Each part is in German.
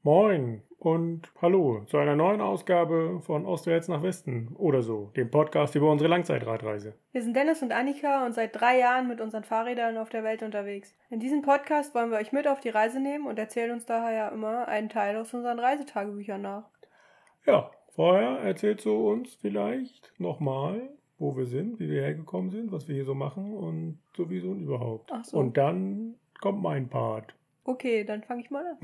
Moin und hallo zu einer neuen Ausgabe von Ostwärts nach Westen oder so, dem Podcast über unsere Langzeitradreise. Wir sind Dennis und Annika und seit 3 Jahren mit unseren Fahrrädern auf der Welt unterwegs. In diesem Podcast wollen wir euch mit auf die Reise nehmen und erzählen uns daher ja immer einen Teil aus unseren Reisetagebüchern nach. Ja, vorher erzählst du uns vielleicht nochmal, wo wir sind, wie wir hergekommen sind, was wir hier so machen und sowieso und überhaupt. Ach so. Und dann kommt mein Part. Okay, dann fange ich mal an.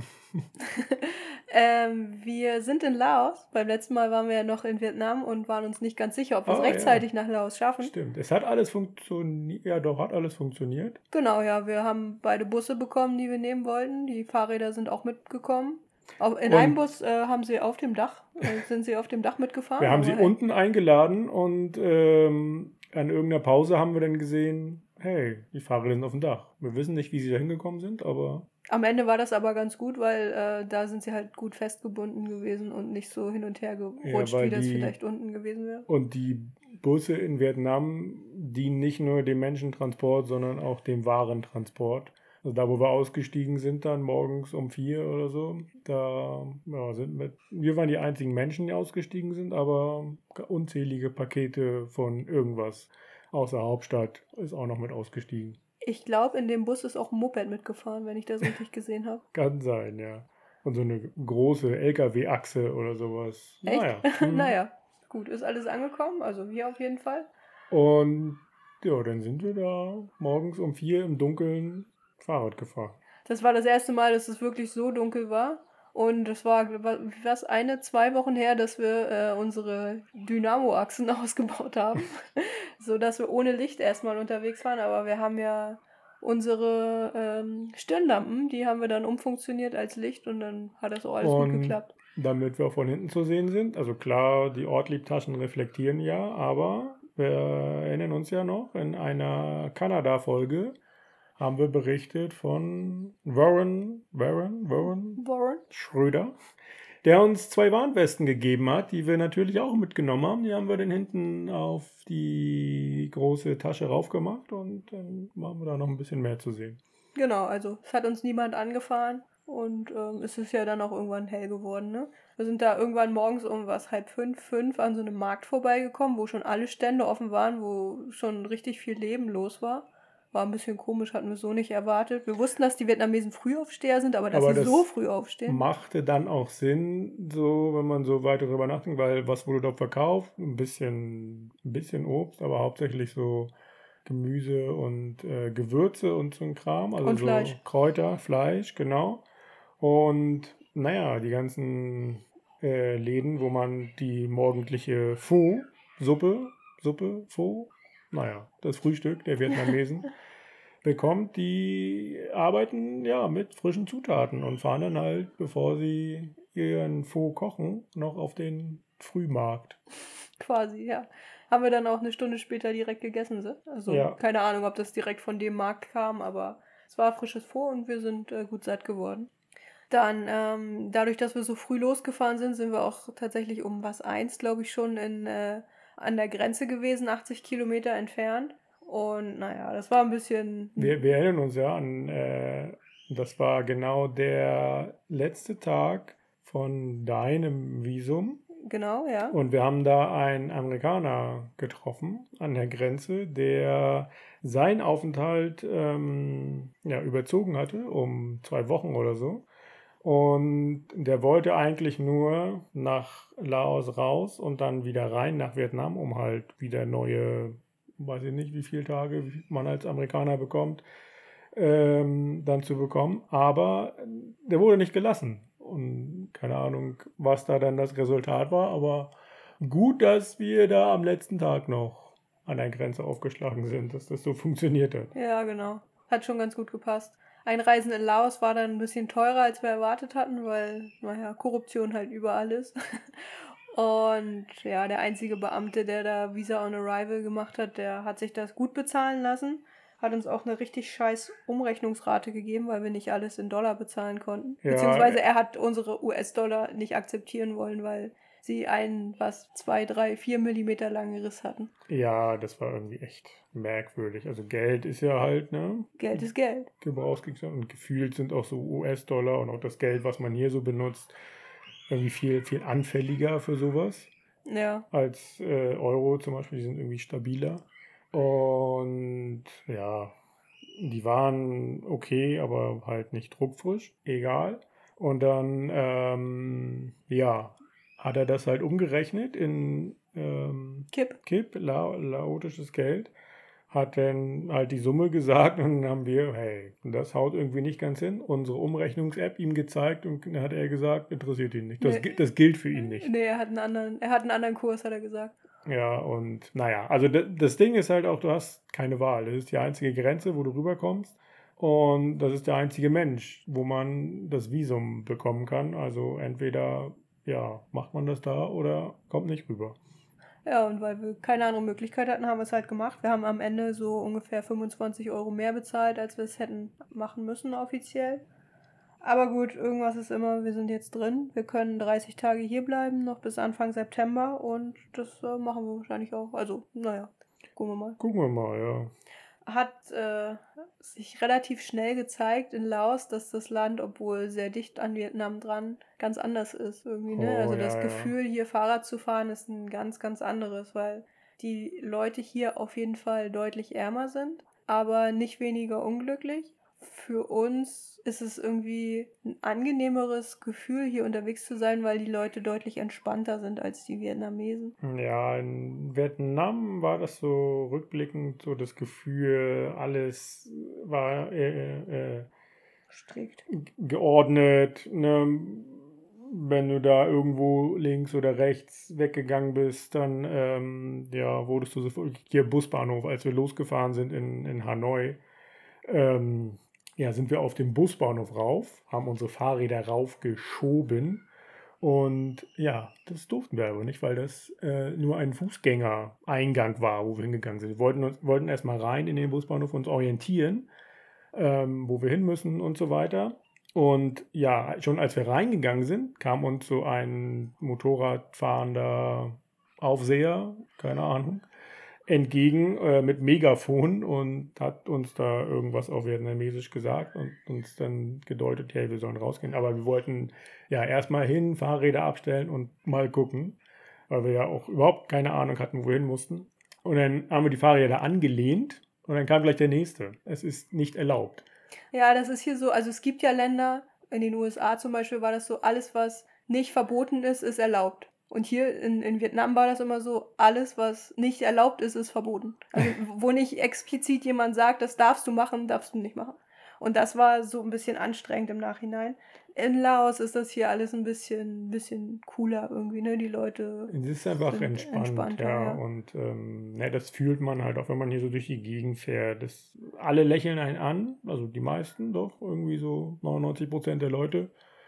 Wir sind in Laos. Beim letzten Mal waren wir ja noch in Vietnam und waren uns nicht ganz sicher, ob wir es rechtzeitig nach Laos schaffen. Stimmt, es hat alles funktioniert. Ja, doch, hat alles funktioniert. Genau, ja, wir haben beide Busse bekommen, die wir nehmen wollten. Die Fahrräder sind auch mitgekommen. In einem Bus sind sie auf dem Dach mitgefahren. Wir haben sie unten eingeladen und an irgendeiner Pause haben wir dann gesehen, hey, die Fahrräder sind auf dem Dach. Wir wissen nicht, wie sie da hingekommen sind, aber... Am Ende war das aber ganz gut, weil da sind sie halt gut festgebunden gewesen und nicht so hin und her gerutscht, wie das vielleicht unten gewesen wäre. Und die Busse in Vietnam dienen nicht nur dem Menschentransport, sondern auch dem Warentransport. Also da, wo wir ausgestiegen sind, dann morgens um 4 oder so, da wir waren die einzigen Menschen, die ausgestiegen sind, aber unzählige Pakete von irgendwas außer Hauptstadt ist auch noch mit ausgestiegen. Ich glaube, in dem Bus ist auch ein Moped mitgefahren, wenn ich das richtig gesehen habe. Kann sein, ja. Und so eine große LKW-Achse oder sowas. Echt? Naja, gut, ist alles angekommen, also wir auf jeden Fall. Und ja, dann sind wir da morgens um 4 im Dunkeln Fahrrad gefahren. Das war das erste Mal, dass es wirklich so dunkel war. Und es war 2 Wochen her, dass wir unsere Dynamo-Achsen ausgebaut haben, sodass wir ohne Licht erstmal unterwegs waren. Aber wir haben ja unsere Stirnlampen, die haben wir dann umfunktioniert als Licht und dann hat das auch alles gut geklappt. Damit wir von hinten zu sehen sind, also klar, die Ortliebtaschen reflektieren ja, aber wir erinnern uns ja noch, in einer Kanada-Folge haben wir berichtet von Warren Schröder, der uns 2 Warnwesten gegeben hat, die wir natürlich auch mitgenommen haben. Die haben wir dann hinten auf die große Tasche raufgemacht und dann waren wir da noch ein bisschen mehr zu sehen. Genau, also es hat uns niemand angefahren und es ist ja dann auch irgendwann hell geworden, ne? Wir sind da irgendwann morgens um 4:30 an so einem Markt vorbeigekommen, wo schon alle Stände offen waren, wo schon richtig viel Leben los war. War ein bisschen komisch, hatten wir so nicht erwartet. Wir wussten, dass die Vietnamesen Frühaufsteher sind, aber dass sie so früh aufstehen. Machte dann auch Sinn, so wenn man so weiter darüber nachdenkt, weil was wurde dort verkauft? Ein bisschen Obst, aber hauptsächlich so Gemüse und Gewürze und so ein Kram. Also und so Fleisch. Kräuter, Fleisch, genau. Und naja, die ganzen Läden, wo man die morgendliche Suppe, das Frühstück der Vietnamesen bekommt, die arbeiten ja mit frischen Zutaten und fahren dann halt, bevor sie ihren Pho kochen, noch auf den Frühmarkt. Quasi, ja. Haben wir dann auch eine Stunde später direkt gegessen. Also keine Ahnung, ob das direkt von dem Markt kam, aber es war frisches Pho und wir sind gut satt geworden. Dann, dadurch, dass wir so früh losgefahren sind, sind wir auch tatsächlich um 1, glaube ich, schon an der Grenze gewesen, 80 Kilometer entfernt. Und naja, das war ein bisschen... Wir erinnern uns ja an, das war genau der letzte Tag von deinem Visum. Genau, ja. Und wir haben da einen Amerikaner getroffen an der Grenze, der seinen Aufenthalt überzogen hatte, um 2 Wochen oder so. Und der wollte eigentlich nur nach Laos raus und dann wieder rein nach Vietnam, um halt wieder neue, weiß ich nicht, wie viele Tage man als Amerikaner bekommt, dann zu bekommen. Aber der wurde nicht gelassen. Und keine Ahnung, was da dann das Resultat war, aber gut, dass wir da am letzten Tag noch an der Grenze aufgeschlagen sind, dass das so funktioniert hat. Ja, genau. Hat schon ganz gut gepasst. Einreisen in Laos war dann ein bisschen teurer, als wir erwartet hatten, weil, Korruption halt überall ist. Und ja, der einzige Beamte, der da Visa on Arrival gemacht hat, der hat sich das gut bezahlen lassen. Hat uns auch eine richtig scheiß Umrechnungsrate gegeben, weil wir nicht alles in Dollar bezahlen konnten. Ja, beziehungsweise er hat unsere US-Dollar nicht akzeptieren wollen, weil sie einen, 2, 3, 4 Millimeter langen Riss hatten. Ja, das war irgendwie echt merkwürdig. Also Geld ist ja halt, ne? Geld ist Geld. Gebrauchsgegenstand und gefühlt sind auch so US-Dollar und auch das Geld, was man hier so benutzt, irgendwie viel, viel anfälliger für sowas. Ja. Als Euro zum Beispiel, die sind irgendwie stabiler. Und ja, die waren okay, aber halt nicht druckfrisch, egal. Und dann, ja, hat er das halt umgerechnet in laotisches Geld, hat dann halt die Summe gesagt und dann haben wir, hey, das haut irgendwie nicht ganz hin, unsere Umrechnungs-App ihm gezeigt und dann hat er gesagt, interessiert ihn nicht. Das gilt für ihn nicht. Nee, er hat einen anderen Kurs, hat er gesagt. Ja, und naja, also das Ding ist halt auch, du hast keine Wahl. Das ist die einzige Grenze, wo du rüberkommst. Und das ist der einzige Mensch, wo man das Visum bekommen kann. Also entweder, ja, macht man das da oder kommt nicht rüber. Ja, und weil wir keine andere Möglichkeit hatten, haben wir es halt gemacht. Wir haben am Ende so ungefähr 25 Euro mehr bezahlt, als wir es hätten machen müssen offiziell. Aber gut, irgendwas ist immer, wir sind jetzt drin. Wir können 30 Tage hier bleiben, noch bis Anfang September. Und das machen wir wahrscheinlich auch. Also, naja, gucken wir mal. Gucken wir mal, ja. Hat sich relativ schnell gezeigt in Laos, dass das Land, obwohl sehr dicht an Vietnam dran, ganz anders ist irgendwie, ne? Also das Gefühl, hier Fahrrad zu fahren, ist ein ganz, ganz anderes, weil die Leute hier auf jeden Fall deutlich ärmer sind, aber nicht weniger unglücklich. Für uns ist es irgendwie ein angenehmeres Gefühl, hier unterwegs zu sein, weil die Leute deutlich entspannter sind als die Vietnamesen. Ja, in Vietnam war das so rückblickend so das Gefühl, alles war strikt geordnet, ne? Wenn du da irgendwo links oder rechts weggegangen bist, dann ja, wurdest du sofort hier Busbahnhof, als wir losgefahren sind in Hanoi. Ja, sind wir auf dem Busbahnhof rauf, haben unsere Fahrräder raufgeschoben und ja, das durften wir aber nicht, weil das nur ein Fußgängereingang war, wo wir hingegangen sind. Wir wollten erstmal rein in den Busbahnhof uns orientieren, wo wir hin müssen und so weiter. Und ja, schon als wir reingegangen sind, kam uns so ein Motorradfahrender Aufseher, keine Ahnung, entgegen mit Megafon und hat uns da irgendwas auf Vietnamesisch gesagt und uns dann gedeutet, hey, wir sollen rausgehen. Aber wir wollten ja erstmal hin, Fahrräder abstellen und mal gucken, weil wir ja auch überhaupt keine Ahnung hatten, wo wir hin mussten. Und dann haben wir die Fahrräder angelehnt und dann kam gleich der nächste. Es ist nicht erlaubt. Ja, das ist hier so, also es gibt ja Länder, in den USA zum Beispiel war das so, alles was nicht verboten ist, ist erlaubt. Und hier in Vietnam war das immer so, alles was nicht erlaubt ist, ist verboten. Also wo nicht explizit jemand sagt, das darfst du machen, darfst du nicht machen. Und das war so ein bisschen anstrengend im Nachhinein. In Laos ist das hier alles ein bisschen cooler irgendwie, ne? Die Leute Es ist einfach sind entspannt, ja. ja. Und ne, das fühlt man halt auch, wenn man hier so durch die Gegend fährt. Alle lächeln einen an, also die meisten doch, irgendwie so 99% der Leute.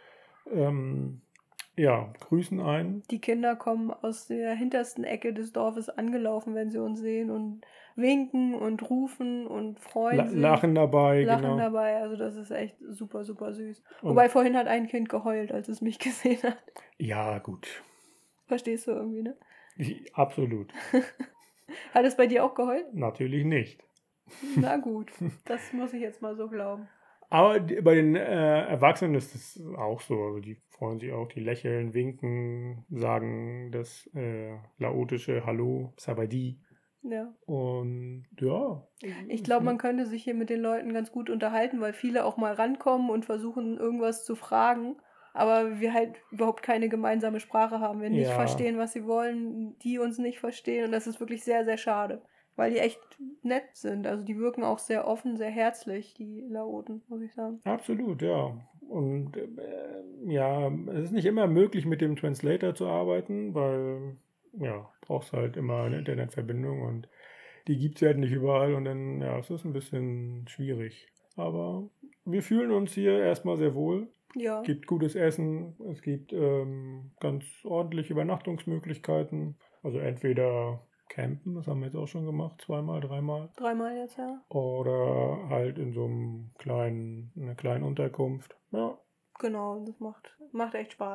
Ja, grüßen einen. Die Kinder kommen aus der hintersten Ecke des Dorfes angelaufen, wenn sie uns sehen und winken und rufen und freuen sich. Lachen dabei, Lachen genau. dabei, also das ist echt super, super süß. Wobei vorhin hat ein Kind geheult, als es mich gesehen hat. Ja, gut. Verstehst du irgendwie, ne? Absolut. Hat es bei dir auch geheult? Natürlich nicht. Na gut, das muss ich jetzt mal so glauben. Aber bei den Erwachsenen ist das auch so. Also die freuen sich auch, die lächeln, winken, sagen das laotische Hallo, Sabadi. Ja. Und ja. Ich glaube, man könnte sich hier mit den Leuten ganz gut unterhalten, weil viele auch mal rankommen und versuchen, irgendwas zu fragen. Aber wir halt überhaupt keine gemeinsame Sprache haben. Wir nicht verstehen, was sie wollen, die uns nicht verstehen. Und das ist wirklich sehr, sehr schade. Weil die echt nett sind. Also die wirken auch sehr offen, sehr herzlich, die Laoten, muss ich sagen. Absolut, ja. Und ja, es ist nicht immer möglich, mit dem Translator zu arbeiten, weil ja, brauchst halt immer eine Internetverbindung und die gibt es halt nicht überall und dann, ja, es ist ein bisschen schwierig. Aber wir fühlen uns hier erstmal sehr wohl. Ja. Es gibt gutes Essen, es gibt ganz ordentliche Übernachtungsmöglichkeiten. Also entweder campen, das haben wir jetzt auch schon gemacht, zweimal, dreimal. Dreimal jetzt, ja. Oder halt in so einer kleinen Unterkunft. Ja. Genau, das macht echt Spaß.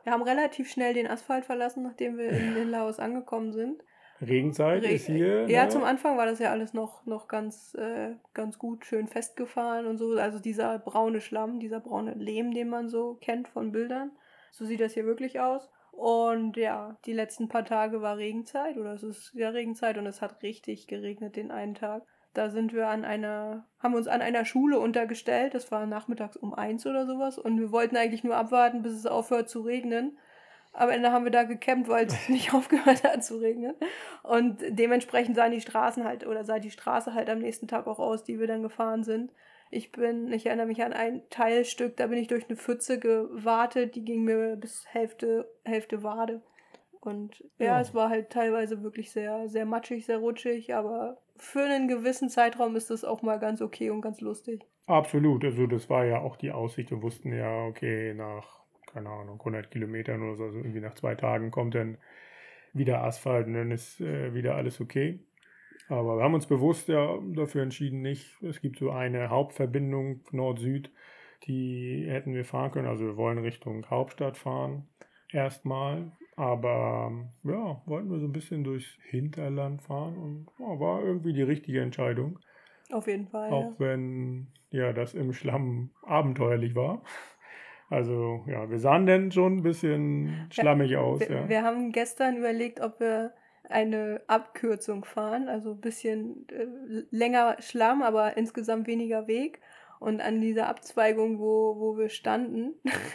Wir haben relativ schnell den Asphalt verlassen, nachdem wir in Laos angekommen sind. Regenzeit ist hier. Ja, zum Anfang war das ja alles noch ganz gut, schön festgefahren und so. Also dieser braune Schlamm, dieser braune Lehm, den man so kennt von Bildern. So sieht das hier wirklich aus. Und ja, die letzten paar Tage war Regenzeit oder es ist ja Regenzeit und es hat richtig geregnet den einen Tag. Da sind wir haben uns an einer Schule untergestellt. Das war nachmittags um 1 oder sowas. Und wir wollten eigentlich nur abwarten, bis es aufhört zu regnen. Am Ende haben wir da gecampt, weil es nicht aufgehört hat zu regnen. Und dementsprechend sah die Straße halt am nächsten Tag auch aus, die wir dann gefahren sind. Ich erinnere mich an ein Teilstück, da bin ich durch eine Pfütze gewartet, die ging mir bis Hälfte Wade. Und ja, es war halt teilweise wirklich sehr, sehr matschig, sehr rutschig, aber für einen gewissen Zeitraum ist das auch mal ganz okay und ganz lustig. Absolut, also das war ja auch die Aussicht. Wir wussten ja, okay, nach, keine Ahnung, 100 Kilometern oder so, also irgendwie nach 2 Tagen kommt dann wieder Asphalt und dann ist wieder alles okay. Aber wir haben uns bewusst ja dafür entschieden, nicht. Es gibt so eine Hauptverbindung Nord-Süd, die hätten wir fahren können. Also wir wollen Richtung Hauptstadt fahren erstmal. Aber ja, wollten wir so ein bisschen durchs Hinterland fahren und ja, war irgendwie die richtige Entscheidung. Auf jeden Fall. Auch wenn ja das im Schlamm abenteuerlich war. Also ja, wir sahen dann schon ein bisschen schlammig aus. Wir haben gestern überlegt, ob wir eine Abkürzung fahren, also ein bisschen länger Schlamm, aber insgesamt weniger Weg. Und an dieser Abzweigung, wo wir standen,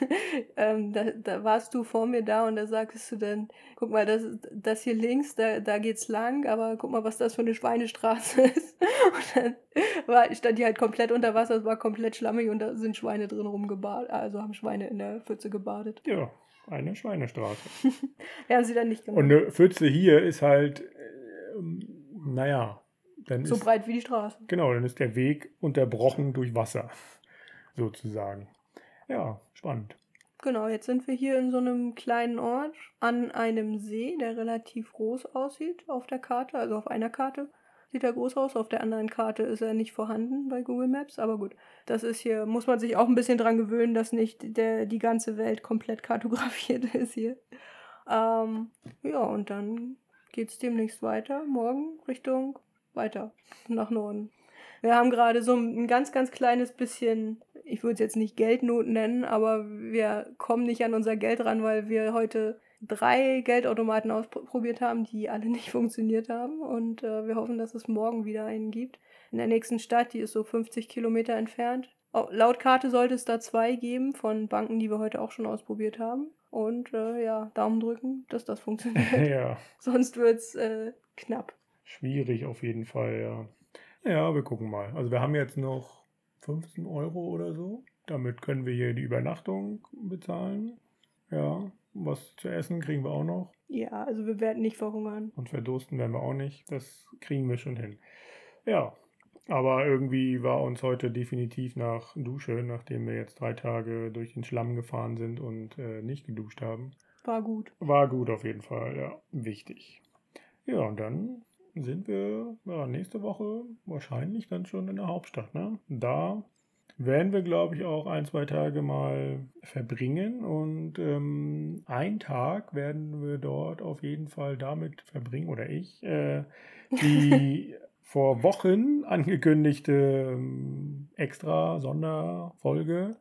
da warst du vor mir da und da sagtest du dann, guck mal, das hier links, da geht's lang, aber guck mal, was das für eine Schweinestraße ist. Und dann stand die halt komplett unter Wasser, es war komplett schlammig und da sind Schweine drin rumgebadet, also haben Schweine in der Pfütze gebadet. Ja, eine Schweinestraße. Wir haben sie dann nicht gemacht. Und eine Pfütze hier ist halt, naja, dann so breit wie die Straße. Genau, dann ist der Weg unterbrochen durch Wasser, sozusagen. Ja, spannend. Genau, jetzt sind wir hier in so einem kleinen Ort an einem See, der relativ groß aussieht auf der Karte. Also auf einer Karte sieht er groß aus, auf der anderen Karte ist er nicht vorhanden bei Google Maps. Aber gut, das ist hier, muss man sich auch ein bisschen dran gewöhnen, dass nicht die ganze Welt komplett kartografiert ist hier. Ja, und dann geht es demnächst weiter, morgen Richtung weiter nach Norden. Wir haben gerade so ein ganz, ganz kleines bisschen, ich würde es jetzt nicht Geldnot nennen, aber wir kommen nicht an unser Geld ran, weil wir heute 3 Geldautomaten ausprobiert haben, die alle nicht funktioniert haben. Und wir hoffen, dass es morgen wieder einen gibt. In der nächsten Stadt, die ist so 50 Kilometer entfernt. Laut Karte sollte es da 2 geben von Banken, die wir heute auch schon ausprobiert haben. Und ja, Daumen drücken, dass das funktioniert. Ja. Sonst wird es knapp. Schwierig auf jeden Fall, ja. Ja, wir gucken mal. Also wir haben jetzt noch 15 Euro oder so. Damit können wir hier die Übernachtung bezahlen. Ja, was zu essen kriegen wir auch noch. Ja, also wir werden nicht verhungern. Und verdursten werden wir auch nicht. Das kriegen wir schon hin. Ja, aber irgendwie war uns heute definitiv nach Dusche, nachdem wir jetzt 3 Tage durch den Schlamm gefahren sind und nicht geduscht haben. War gut. War gut auf jeden Fall, ja. Wichtig. Ja, und dann sind wir nächste Woche wahrscheinlich dann schon in der Hauptstadt. Ne? Da werden wir, glaube ich, auch 1, 2 Tage mal verbringen. Und einen Tag werden wir dort auf jeden Fall damit verbringen, oder ich, die vor Wochen angekündigte extra Sonderfolge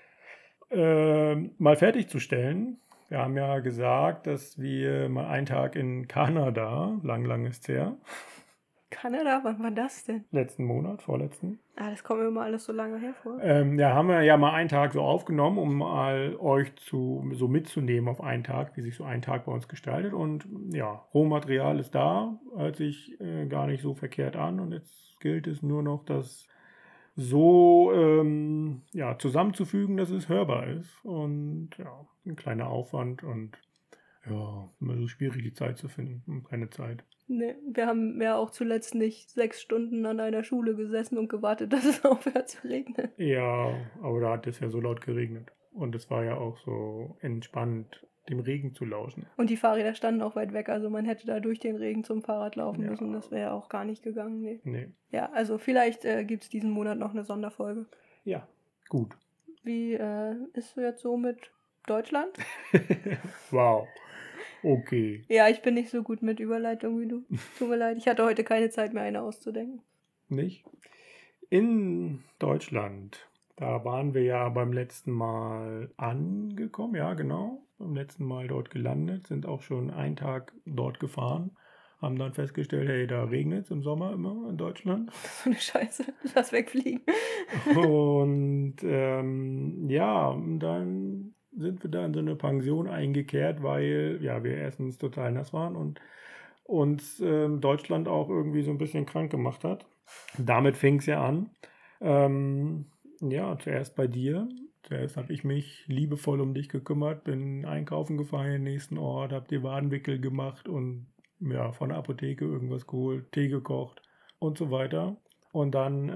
mal fertigzustellen. Wir haben ja gesagt, dass wir mal einen Tag in Kanada, lang ist es her. Kanada, wann war das denn? Letzten Monat, vorletzten. Das kommt mir immer alles so lange hervor. Ja, haben wir ja mal einen Tag so aufgenommen, um mal euch so mitzunehmen auf einen Tag, wie sich so ein Tag bei uns gestaltet. Und ja, Rohmaterial ist da, hört sich gar nicht so verkehrt an. Und jetzt gilt es nur noch, das so zusammenzufügen, dass es hörbar ist. Und ja, ein kleiner Aufwand und ja, immer so schwierig die Zeit zu finden und keine Zeit. Nee, wir haben ja auch zuletzt nicht 6 Stunden an einer Schule gesessen und gewartet, dass es aufhört zu regnen. Ja, aber da hat es ja so laut geregnet. Und es war ja auch so entspannt, dem Regen zu lauschen. Und die Fahrräder standen auch weit weg, also man hätte da durch den Regen zum Fahrrad laufen müssen. Das wäre ja auch gar nicht gegangen. Nee. Ja, also vielleicht gibt es diesen Monat noch eine Sonderfolge. Ja, gut. Wie ist jetzt so mit Deutschland. Wow. Okay. Ja, ich bin nicht so gut mit Überleitung wie du. Tut mir leid, ich hatte heute keine Zeit mehr, eine auszudenken. Nicht? In Deutschland, da waren wir ja beim letzten Mal angekommen, ja genau, beim letzten Mal dort gelandet, sind auch schon einen Tag dort gefahren, haben dann festgestellt, hey, da regnet es im Sommer immer in Deutschland. So eine Scheiße, lass wegfliegen. Und ja, dann sind wir da in so eine Pension eingekehrt, weil ja, wir erstens total nass waren und uns Deutschland auch irgendwie so ein bisschen krank gemacht hat. Damit fing es ja an. Ja, zuerst bei dir. Zuerst habe ich mich liebevoll um dich gekümmert, bin einkaufen gefahren in den nächsten Ort, habe dir Wadenwickel gemacht und ja, von der Apotheke irgendwas geholt, Tee gekocht und so weiter. Und dann,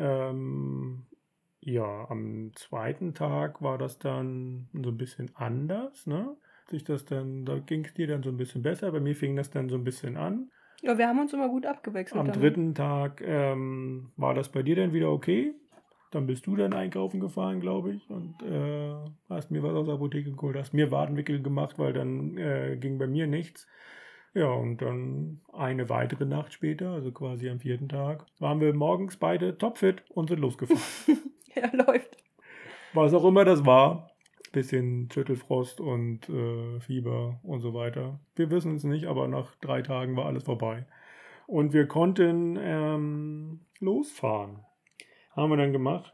ja, am zweiten Tag war das dann so ein bisschen anders, ne? Da ging es dir dann so ein bisschen besser. Bei mir fing das dann so ein bisschen an. Ja, wir haben uns immer gut abgewechselt Am damit. dritten Tag war das bei dir dann wieder okay. Dann bist du dann einkaufen gefahren, glaube ich, und hast mir was aus der Apotheke geholt, hast mir Wadenwickel gemacht, weil dann ging bei mir nichts. Ja, und dann eine weitere Nacht später, also quasi am vierten Tag, waren wir morgens beide topfit und sind losgefahren. Ja, läuft. Was auch immer das war. Bisschen Schüttelfrost und Fieber und so weiter. Wir wissen es nicht, aber nach 3 Tagen war alles vorbei. Und wir konnten losfahren. Haben wir dann gemacht.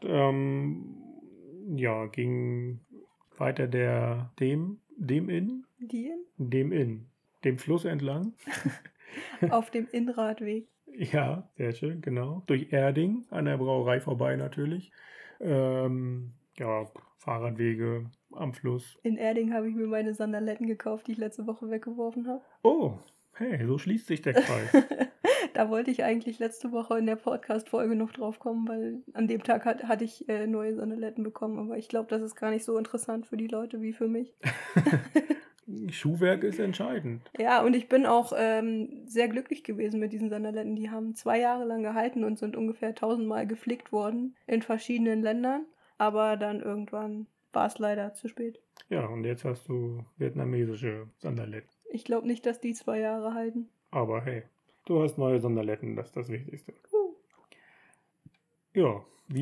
Ja, ging weiter dem Inn, dem Fluss entlang. Auf dem Innradweg. Ja, sehr schön, genau. Durch Erding, an der Brauerei vorbei natürlich. Ja, Fahrradwege am Fluss. In Erding habe ich mir meine Sandaletten gekauft, die ich letzte Woche weggeworfen habe. Oh, hey, so schließt sich der Kreis. Da wollte ich eigentlich letzte Woche in der Podcast-Folge noch drauf kommen, weil an dem Tag hatte ich neue Sandaletten bekommen. Aber ich glaube, das ist gar nicht so interessant für die Leute wie für mich. Schuhwerk ist entscheidend. Ja, und ich bin auch sehr glücklich gewesen mit diesen Sandaletten. Die haben 2 Jahre lang gehalten und sind ungefähr 1000-mal geflickt worden in verschiedenen Ländern. Aber dann irgendwann war es leider zu spät. Ja, und jetzt hast du vietnamesische Sandaletten. Ich glaube nicht, dass die 2 Jahre halten. Aber hey, du hast neue Sandaletten, das ist das Wichtigste. Ja,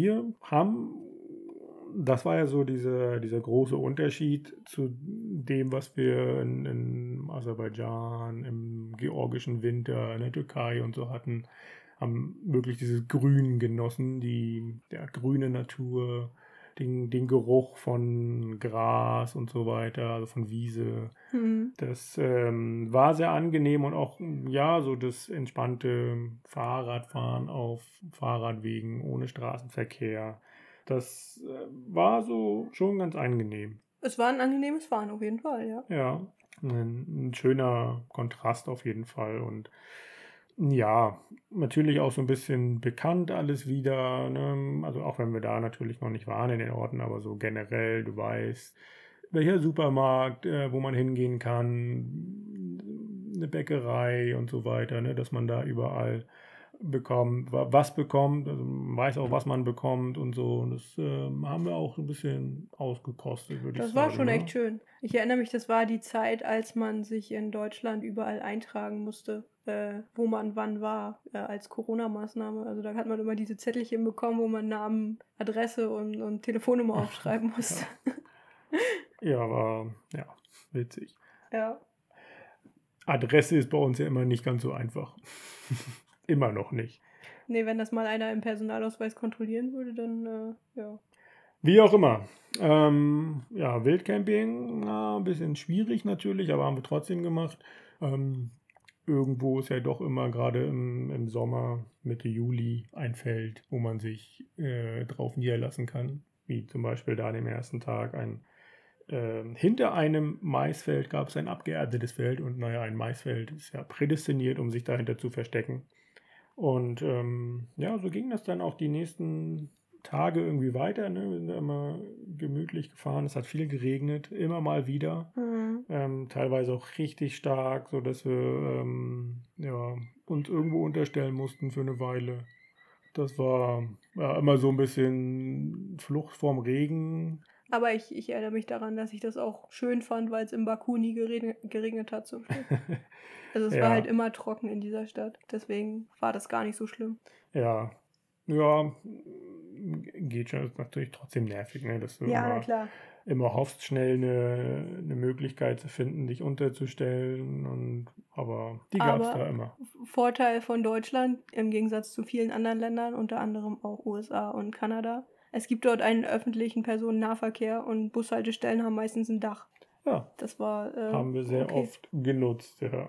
das war ja so dieser große Unterschied zu dem, was wir in Aserbaidschan, im georgischen Winter, in der Türkei und so hatten, haben wirklich dieses Grün genossen, der grüne Natur, den Geruch von Gras und so weiter, also von Wiese. Das war sehr angenehm und auch, ja, so das entspannte Fahrradfahren auf Fahrradwegen ohne Straßenverkehr. Das war so schon ganz angenehm. Es war ein angenehmes Fahren auf jeden Fall, ja. Ja, ein schöner Kontrast auf jeden Fall und ja, natürlich auch so ein bisschen bekannt alles wieder, ne? Also auch wenn wir da natürlich noch nicht waren in den Orten, aber so generell, du weißt, welcher Supermarkt, wo man hingehen kann, eine Bäckerei und so weiter, ne? Dass man da überall was bekommt, also man weiß auch, was man bekommt und so. Und das haben wir auch ein bisschen ausgekostet, würde ich sagen. Das war schon ne? echt schön. Ich erinnere mich, das war die Zeit, als man sich in Deutschland überall eintragen musste, wo man wann war, als Corona-Maßnahme. Also da hat man immer diese Zettelchen bekommen, wo man Namen, Adresse und Telefonnummer aufschreiben musste. Ja, war ja witzig. Ja. Adresse ist bei uns ja immer nicht ganz so einfach. Immer noch nicht. Nee, wenn das mal einer im Personalausweis kontrollieren würde, dann ja. Wie auch immer. Ja, Wildcamping, ein bisschen schwierig natürlich, aber haben wir trotzdem gemacht. Irgendwo ist ja doch immer gerade im Sommer, Mitte Juli, ein Feld, wo man sich drauf niederlassen kann. Wie zum Beispiel da an dem ersten Tag hinter einem Maisfeld gab es ein abgeerdetes Feld und naja, ein Maisfeld ist ja prädestiniert, um sich dahinter zu verstecken. Und ja, so ging das dann auch die nächsten Tage irgendwie weiter. Ne? Wir sind da immer gemütlich gefahren. Es hat viel geregnet, immer mal wieder. Teilweise auch richtig stark, sodass wir ja, uns irgendwo unterstellen mussten für eine Weile. Das war ja immer so ein bisschen Flucht vorm Regen. Aber ich erinnere mich daran, dass ich das auch schön fand, weil es in Baku nie geregnet hat zum Schluss. Also es war halt immer trocken in dieser Stadt. Deswegen war das gar nicht so schlimm. Ja, geht schon. Ist natürlich trotzdem nervig, ne? Dass du immer hoffst, schnell eine Möglichkeit zu finden, dich unterzustellen. Aber die gab es da immer. Vorteil von Deutschland im Gegensatz zu vielen anderen Ländern, unter anderem auch USA und Kanada. Es gibt dort einen öffentlichen Personennahverkehr und Bushaltestellen haben meistens ein Dach. Ja, das war haben wir sehr oft genutzt, ja.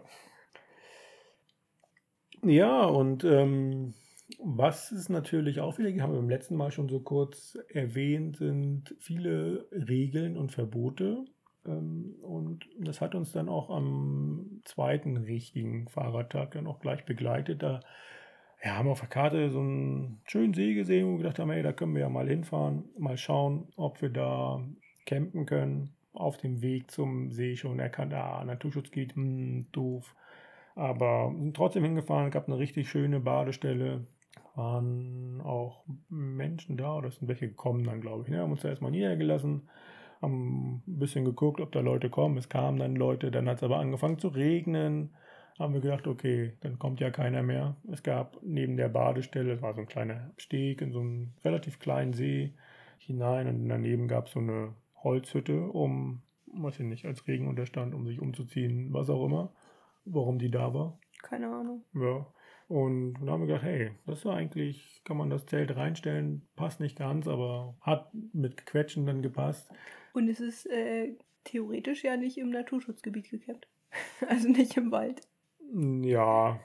Ja, und was es natürlich auch wieder, haben wir beim letzten Mal schon so kurz erwähnt, sind viele Regeln und Verbote. Und das hat uns dann auch am zweiten richtigen Fahrradtag dann auch gleich begleitet. Da haben wir auf der Karte so einen schönen See gesehen, wo wir gedacht haben, hey, da können wir ja mal hinfahren, mal schauen, ob wir da campen können. Auf dem Weg zum See schon erkannt, Naturschutzgebiet, doof. Aber sind trotzdem hingefahren, gab eine richtig schöne Badestelle. Waren auch Menschen da, oder sind welche gekommen dann, glaube ich. Ne? Haben uns da erstmal niedergelassen, haben ein bisschen geguckt, ob da Leute kommen. Es kamen dann Leute, dann hat es aber angefangen zu regnen. Haben wir gedacht, okay, dann kommt ja keiner mehr. Es gab neben der Badestelle, es war so ein kleiner Steg in so einen relativ kleinen See hinein und daneben gab es so eine Holzhütte, weiß ich nicht, als Regen unterstand, um sich umzuziehen, was auch immer. Warum die da war. Keine Ahnung. Ja. Und dann haben wir gedacht, hey, das ist eigentlich, kann man das Zelt reinstellen, passt nicht ganz, aber hat mit Quetschen dann gepasst. Und es ist theoretisch ja nicht im Naturschutzgebiet gecampt. Also nicht im Wald. Ja.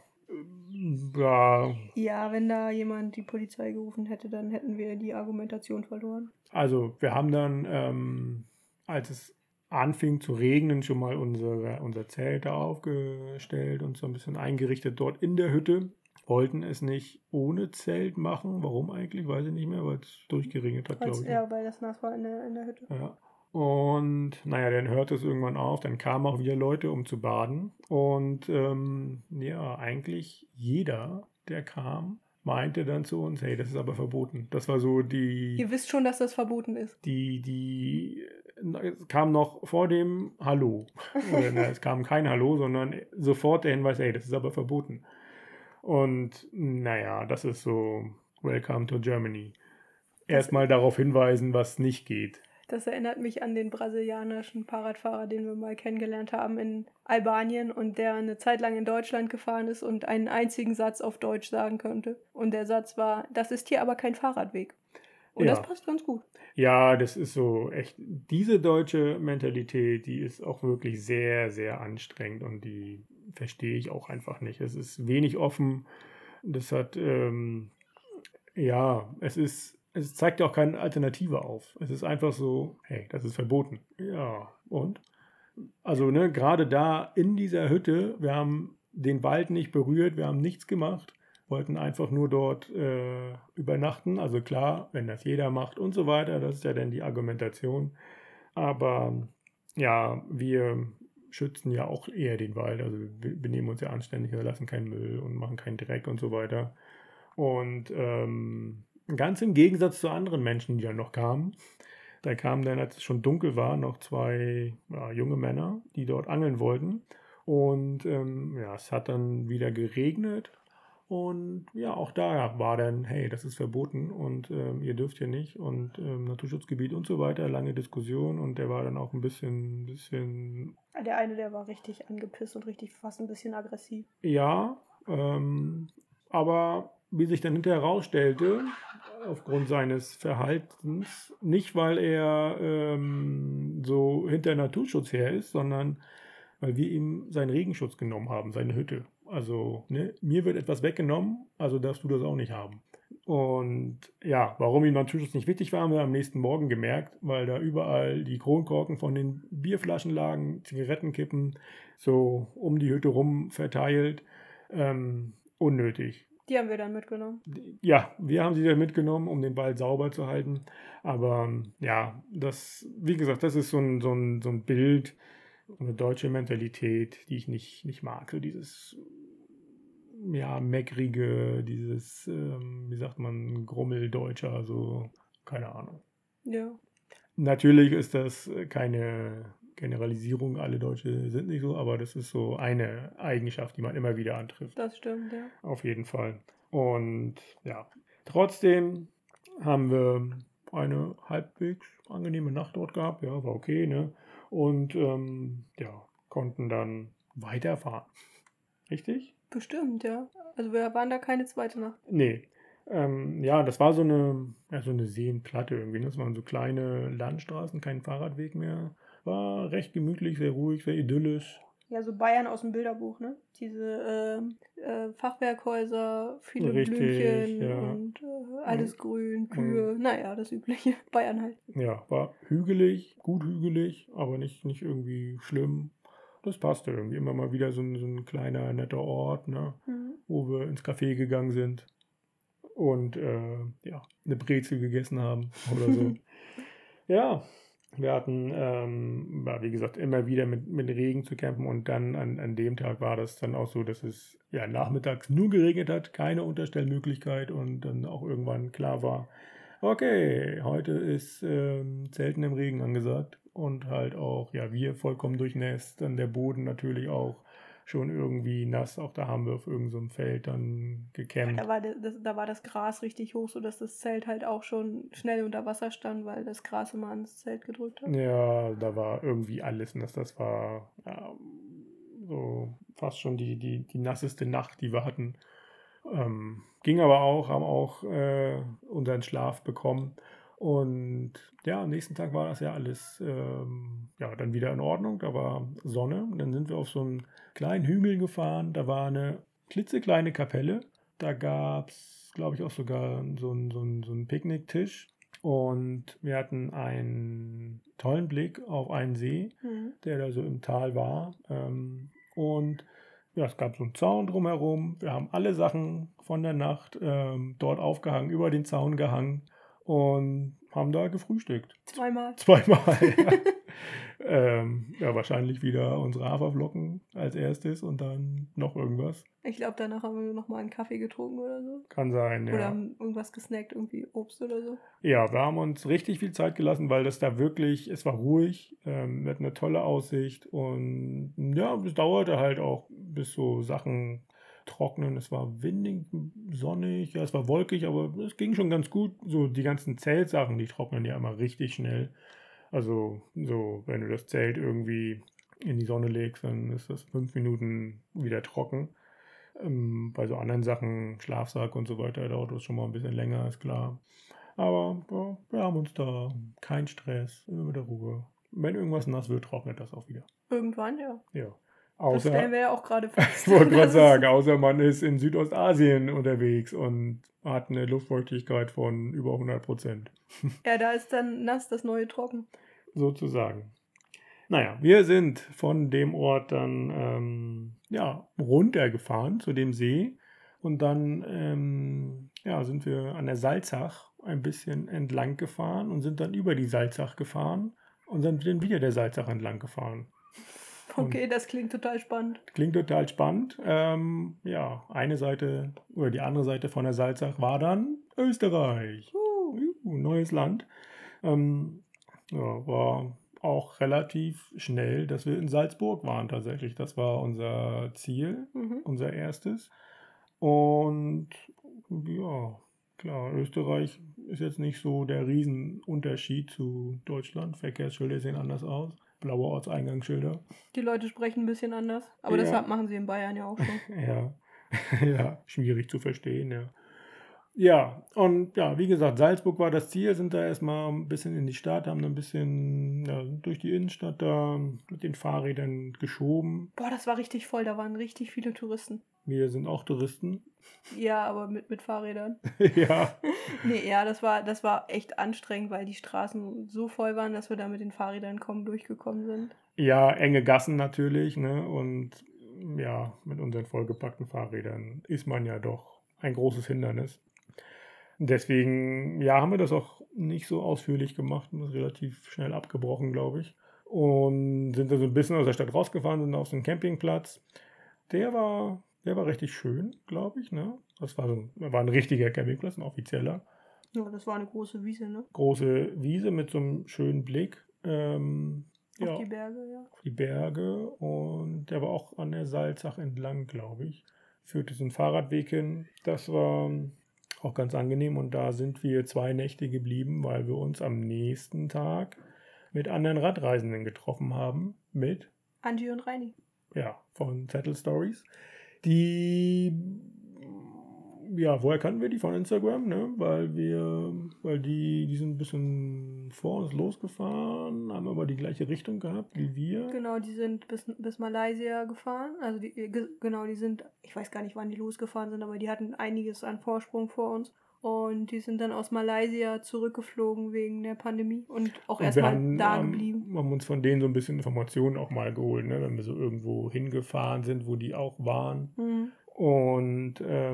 Ja, wenn da jemand die Polizei gerufen hätte, dann hätten wir die Argumentation verloren. Also wir haben dann, als es anfing zu regnen, schon mal unser Zelt da aufgestellt und so ein bisschen eingerichtet dort in der Hütte. Wollten es nicht ohne Zelt machen. Warum eigentlich? Weiß ich nicht mehr, weil es durchgeregnet hat, glaube ich. Ja, weil das nass war in der Hütte. Ja. Und dann hörte es irgendwann auf. Dann kamen auch wieder Leute, um zu baden. Und eigentlich jeder, der kam, meinte dann zu uns, hey, das ist aber verboten. Das war so die... Ihr wisst schon, dass das verboten ist. Es kam noch vor dem Hallo. Es kam kein Hallo, sondern sofort der Hinweis, hey, das ist aber verboten. Und das ist so, Welcome to Germany. Erstmal darauf hinweisen, was nicht geht. Das erinnert mich an den brasilianischen Fahrradfahrer, den wir mal kennengelernt haben in Albanien und der eine Zeit lang in Deutschland gefahren ist und einen einzigen Satz auf Deutsch sagen könnte. Und der Satz war, das ist hier aber kein Fahrradweg. Und das passt ganz gut. Ja, das ist so echt, diese deutsche Mentalität, die ist auch wirklich sehr, sehr anstrengend und die verstehe ich auch einfach nicht. Es ist wenig offen. Das hat, es zeigt ja auch keine Alternative auf. Es ist einfach so, hey, das ist verboten. Ja, und? Also, gerade da in dieser Hütte, wir haben den Wald nicht berührt, wir haben nichts gemacht, wollten einfach nur dort übernachten. Also klar, wenn das jeder macht und so weiter, das ist ja dann die Argumentation. Aber ja, wir schützen ja auch eher den Wald. Also wir benehmen uns ja anständig, wir lassen keinen Müll und machen keinen Dreck und so weiter. Und ganz im Gegensatz zu anderen Menschen, die dann noch kamen. Da kamen dann, als es schon dunkel war, noch zwei junge Männer, die dort angeln wollten. Und es hat dann wieder geregnet. Und ja, auch da war dann, hey, das ist verboten und ihr dürft hier nicht. Und Naturschutzgebiet und so weiter, lange Diskussion. Und der war dann auch ein bisschen... Der eine, der war richtig angepisst und richtig fast ein bisschen aggressiv. Ja, aber wie sich dann hinterher herausstellte, aufgrund seines Verhaltens, nicht weil er so hinter Naturschutz her ist, sondern weil wir ihm seinen Regenschutz genommen haben, seine Hütte. Also, mir wird etwas weggenommen, also darfst du das auch nicht haben. Und ja, warum ihm Naturschutz nicht wichtig war, haben wir am nächsten Morgen gemerkt, weil da überall die Kronkorken von den Bierflaschen lagen, Zigarettenkippen, so um die Hütte rum verteilt. Unnötig. Die haben wir dann mitgenommen. Ja, wir haben sie dann mitgenommen, um den Wald sauber zu halten. Aber wie gesagt, das ist so ein Bild, eine deutsche Mentalität, die ich nicht mag. So dieses, meckrige, dieses, wie sagt man, Grummeldeutscher, so, keine Ahnung. Ja. Natürlich ist das keine Generalisierung, alle Deutsche sind nicht so, aber das ist so eine Eigenschaft, die man immer wieder antrifft. Das stimmt, ja. Auf jeden Fall. Und ja, trotzdem haben wir eine halbwegs angenehme Nacht dort gehabt. Ja, war okay, ne? Und ja, konnten dann weiterfahren. Richtig? Bestimmt, ja. Also wir waren da keine zweite Nacht. Nee. Ja, das war so eine Seenplatte irgendwie. Ne? Das waren so kleine Landstraßen, kein Fahrradweg mehr. War recht gemütlich, sehr ruhig, sehr idyllisch. Ja, so Bayern aus dem Bilderbuch, ne? Diese Fachwerkhäuser, viele Richtig, Blümchen ja. und alles grün, Kühe, naja, das übliche. Bayern halt. Ja, war hügelig, gut hügelig, aber nicht irgendwie schlimm. Das passte irgendwie. Immer mal wieder so ein kleiner, netter Ort, ne? Wo wir ins Café gegangen sind und ja, eine Brezel gegessen haben oder so. Ja, wir hatten, wie gesagt, immer wieder mit Regen zu kämpfen und dann an dem Tag war das dann auch so, dass es ja nachmittags nur geregnet hat, keine Unterstellmöglichkeit und dann auch irgendwann klar war, okay, heute ist Zelten im Regen angesagt und halt auch, ja, wir vollkommen durchnässt, dann der Boden natürlich auch schon irgendwie nass, auch da haben wir auf irgendeinem Feld dann gecampt. Da war das Gras richtig hoch, sodass das Zelt halt auch schon schnell unter Wasser stand, weil das Gras immer ans Zelt gedrückt hat. Ja, da war irgendwie alles nass. Das war ja, so fast schon die nasseste Nacht, die wir hatten. Ging aber auch, haben auch unseren Schlaf bekommen. Und ja, am nächsten Tag war das ja alles ja, dann wieder in Ordnung. Da war Sonne. Und dann sind wir auf so einen kleinen Hügel gefahren. Da war eine klitzekleine Kapelle. Da gab es, glaube ich, auch sogar so einen Picknicktisch. Und wir hatten einen tollen Blick auf einen See, der da so im Tal war. Und ja, es gab so einen Zaun drumherum. Wir haben alle Sachen von der Nacht dort aufgehangen, über den Zaun gehangen und haben da gefrühstückt. Zweimal. Ja, wahrscheinlich wieder unsere Haferflocken als erstes und dann noch irgendwas. Ich glaube, danach haben wir noch mal einen Kaffee getrunken oder so. Kann sein, ja. Oder haben irgendwas gesnackt, irgendwie Obst oder so. Ja, wir haben uns richtig viel Zeit gelassen, weil das da wirklich, es war ruhig, wir hatten eine tolle Aussicht und ja, es dauerte halt auch, bis so Sachen trocknen. Es war windig, sonnig, ja, es war wolkig, aber es ging schon ganz gut. So die ganzen Zeltsachen, die trocknen ja immer richtig schnell. Also so, wenn du das Zelt irgendwie in die Sonne legst, dann ist das 5 Minuten wieder trocken. Bei so anderen Sachen, Schlafsack und so weiter, dauert das schon mal ein bisschen länger, ist klar. Aber ja, wir haben uns da keinen Stress, immer mit der Ruhe. Wenn irgendwas nass wird, trocknet das auch wieder. Irgendwann, ja. Ja. Das stellen wir ja auch gerade fest. Ich wollte gerade sagen, außer man ist in Südostasien unterwegs und hat eine Luftfeuchtigkeit von über 100%. Ja, da ist dann nass das neue trocken. Sozusagen. Naja, wir sind von dem Ort dann ja, runtergefahren zu dem See und dann ja, sind wir an der Salzach ein bisschen entlang gefahren und sind dann über die Salzach gefahren und sind dann wieder der Salzach entlang gefahren. Okay, das klingt total spannend. Klingt total spannend. Ja, eine Seite oder die andere Seite von der Salzach war dann Österreich. Neues Land. Ja, war auch relativ schnell, dass wir in Salzburg waren tatsächlich. Das war unser Ziel, unser erstes. Und ja, klar, Österreich ist jetzt nicht so der Riesenunterschied zu Deutschland. Verkehrsschilder sehen anders aus. Blaue Ortseingangsschilder. Die Leute sprechen ein bisschen anders, aber Ja. deshalb machen sie in Bayern ja auch schon. Ja. Ja, schwierig zu verstehen, ja. Ja, und ja, wie gesagt, Salzburg war das Ziel, sind da erstmal ein bisschen in die Stadt, haben ein bisschen durch die Innenstadt da mit den Fahrrädern geschoben. Boah, das war richtig voll, da waren richtig viele Touristen. Wir sind auch Touristen. Ja, aber mit Fahrrädern. Ja. Nee, ja, das war echt anstrengend, weil die Straßen so voll waren, dass wir da mit den Fahrrädern kaum durchgekommen sind. Ja, enge Gassen natürlich, ne? Und ja, mit unseren vollgepackten Fahrrädern ist man ja doch ein großes Hindernis. Deswegen, ja, haben wir das auch nicht so ausführlich gemacht und das relativ schnell abgebrochen, glaube ich. Und sind da so ein bisschen aus der Stadt rausgefahren, sind auf so einen Campingplatz. Der war richtig schön, glaube ich, ne? Das war ein richtiger Campingplatz, ein offizieller. Ja, das war eine große Wiese, ne? Große Wiese mit so einem schönen Blick. Auf die Berge, ja. Auf die Berge, und der war auch an der Salzach entlang, glaube ich. Führte so einen Fahrradweg hin. Das war auch ganz angenehm, und da sind wir 2 Nächte geblieben, weil wir uns am nächsten Tag mit anderen Radreisenden getroffen haben. Mit Angie und Reini. Ja, von Zettel Stories. Die, ja, woher kannten wir die? Von Instagram, ne? Weil die sind ein bisschen vor uns losgefahren, haben aber die gleiche Richtung gehabt wie wir. Genau, die sind bis Malaysia gefahren. Also die sind, ich weiß gar nicht, wann die losgefahren sind, aber die hatten einiges an Vorsprung vor uns. Und die sind dann aus Malaysia zurückgeflogen wegen der Pandemie und auch erstmal da geblieben. Wir haben uns von denen so ein bisschen Informationen auch mal geholt, ne? Wenn wir so irgendwo hingefahren sind, wo die auch waren. Mhm. Und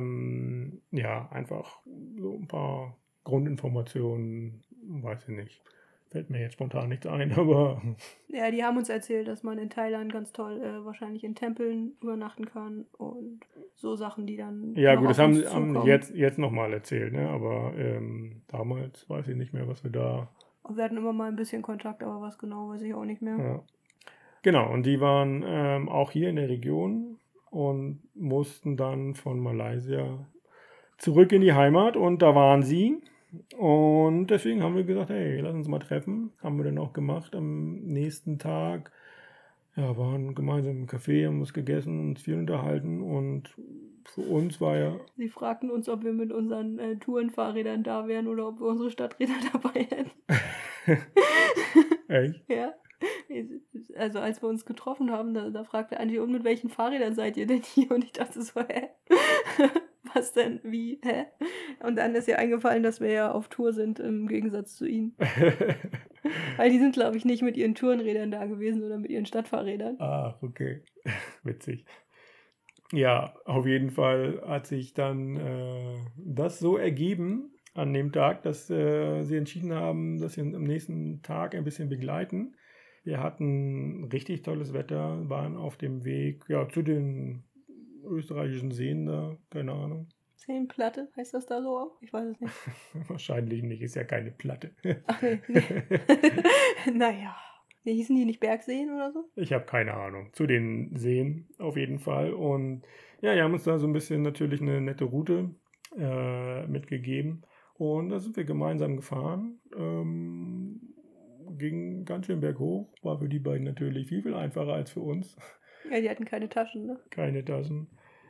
ja, einfach so ein paar Grundinformationen, weiß ich nicht. Fällt mir jetzt spontan nichts ein, aber... Ja, die haben uns erzählt, dass man in Thailand ganz toll wahrscheinlich in Tempeln übernachten kann und so Sachen, die dann... Ja gut, das haben jetzt nochmal erzählt, ne? Aber damals weiß ich nicht mehr, was wir da... Wir hatten immer mal ein bisschen Kontakt, aber was genau, weiß ich auch nicht mehr. Ja. Genau, und die waren auch hier in der Region und mussten dann von Malaysia zurück in die Heimat, und da waren sie. Und deswegen haben wir gesagt, hey, lass uns mal treffen. Haben wir dann auch gemacht am nächsten Tag. Ja, waren gemeinsam im Café, haben was gegessen, uns viel unterhalten, und für uns war ja... Sie fragten uns, ob wir mit unseren Tourenfahrrädern da wären oder ob wir unsere Stadträder dabei hätten. Echt? Ja. Also als wir uns getroffen haben, da fragte Angie, und mit welchen Fahrrädern seid ihr denn hier? Und ich dachte so, hä? Was denn? Wie? Hä? Und dann ist ihr eingefallen, dass wir ja auf Tour sind, im Gegensatz zu ihnen. Weil die sind, glaube ich, nicht mit ihren Tourenrädern da gewesen, sondern mit ihren Stadtfahrrädern. Ach, okay. Witzig. Ja, auf jeden Fall hat sich dann das so ergeben an dem Tag, dass sie entschieden haben, dass sie uns am nächsten Tag ein bisschen begleiten. Wir hatten richtig tolles Wetter, waren auf dem Weg zu den österreichischen Seen da, keine Ahnung. Seenplatte, heißt das da so auch? Ich weiß es nicht. Wahrscheinlich nicht, ist ja keine Platte. Ach nee. Naja. Hießen die nicht Bergseen oder so? Ich habe keine Ahnung. Zu den Seen auf jeden Fall. Und ja, die haben uns da so ein bisschen natürlich eine nette Route mitgegeben. Und da sind wir gemeinsam gefahren. Ging ganz schön berghoch. War für die beiden natürlich viel, viel einfacher als für uns. Ja, die hatten keine Taschen, ne? Keine Taschen.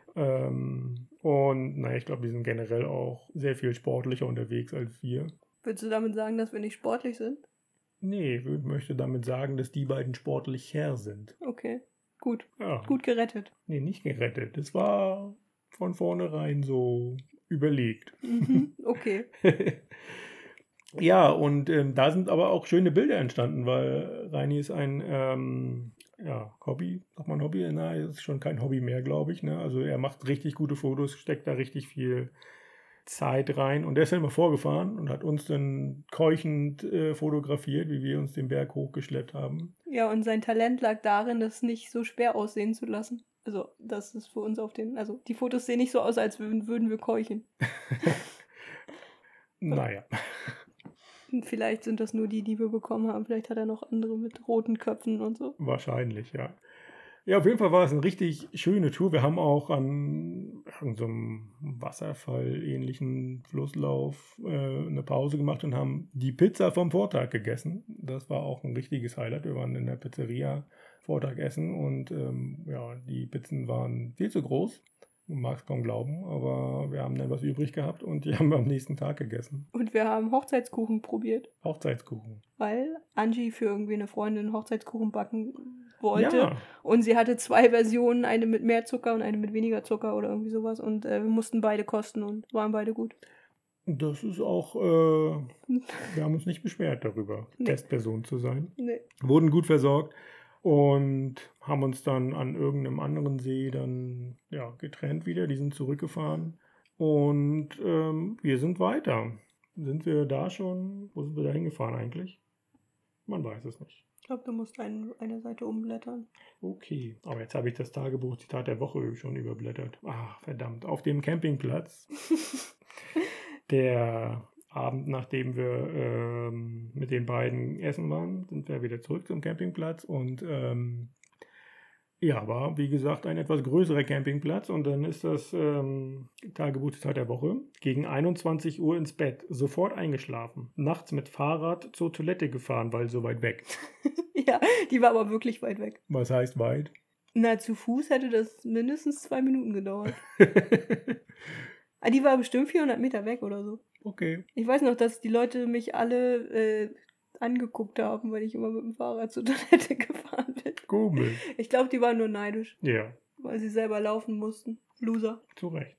Und naja, ich glaube, die sind generell auch sehr viel sportlicher unterwegs als wir. Würdest du damit sagen, dass wir nicht sportlich sind? Nee, ich möchte damit sagen, dass die beiden sportlicher sind. Okay, gut. Ja. Gut gerettet. Nee, nicht gerettet. Das war von vornherein so überlegt. Okay. Ja, und da sind aber auch schöne Bilder entstanden, weil Reini ist ein Hobby, sagt man Hobby? Nein, ist schon kein Hobby mehr, glaube ich. Ne? Also er macht richtig gute Fotos, steckt da richtig viel Zeit rein, und der ist dann immer vorgefahren und hat uns dann keuchend fotografiert, wie wir uns den Berg hochgeschleppt haben. Ja, und sein Talent lag darin, das nicht so schwer aussehen zu lassen. Also, das ist für uns also die Fotos sehen nicht so aus, als würden wir keuchen. Naja. Vielleicht sind das nur die wir bekommen haben. Vielleicht hat er noch andere mit roten Köpfen und so. Wahrscheinlich, ja. Ja, auf jeden Fall war es eine richtig schöne Tour. Wir haben auch an so einem Wasserfall-ähnlichen Flusslauf eine Pause gemacht und haben die Pizza vom Vortag gegessen. Das war auch ein richtiges Highlight. Wir waren in der Pizzeria Vortag essen, und die Pizzen waren viel zu groß. Du magst kaum glauben, aber wir haben dann was übrig gehabt, und die haben wir am nächsten Tag gegessen. Und wir haben Hochzeitskuchen probiert. Hochzeitskuchen. Weil Angie für irgendwie eine Freundin Hochzeitskuchen backen wollte. Ja. Und sie hatte 2 Versionen, eine mit mehr Zucker und eine mit weniger Zucker oder irgendwie sowas. Und wir mussten beide kosten und waren beide gut. Das ist auch, wir haben uns nicht beschwert darüber, Nee. Testperson zu sein. Nee. Wurden gut versorgt und haben uns dann an irgendeinem anderen See dann getrennt wieder. Die sind zurückgefahren, und wir sind weiter. Sind wir da schon? Wo sind wir da hingefahren eigentlich? Man weiß es nicht. Ich glaube, du musst eine Seite umblättern. Okay, aber jetzt habe ich das Tagebuch-Zitat der Woche schon überblättert. Ach, verdammt. Auf dem Campingplatz, der Abend, nachdem wir mit den beiden essen waren, sind wir wieder zurück zum Campingplatz und ja, war wie gesagt ein etwas größerer Campingplatz und dann ist das Tagebuchzeit der Woche gegen 21 Uhr ins Bett, sofort eingeschlafen, nachts mit Fahrrad zur Toilette gefahren, weil so weit weg. Ja, die war aber wirklich weit weg. Was heißt weit? Na, zu Fuß hätte das mindestens 2 Minuten gedauert. Die war bestimmt 400 Meter weg oder so. Okay. Ich weiß noch, dass die Leute mich alle angeguckt haben, weil ich immer mit dem Fahrrad zur Toilette gefahren bin. Komisch. Ich glaube, die waren nur neidisch. Ja. Weil sie selber laufen mussten. Loser. Zu Recht.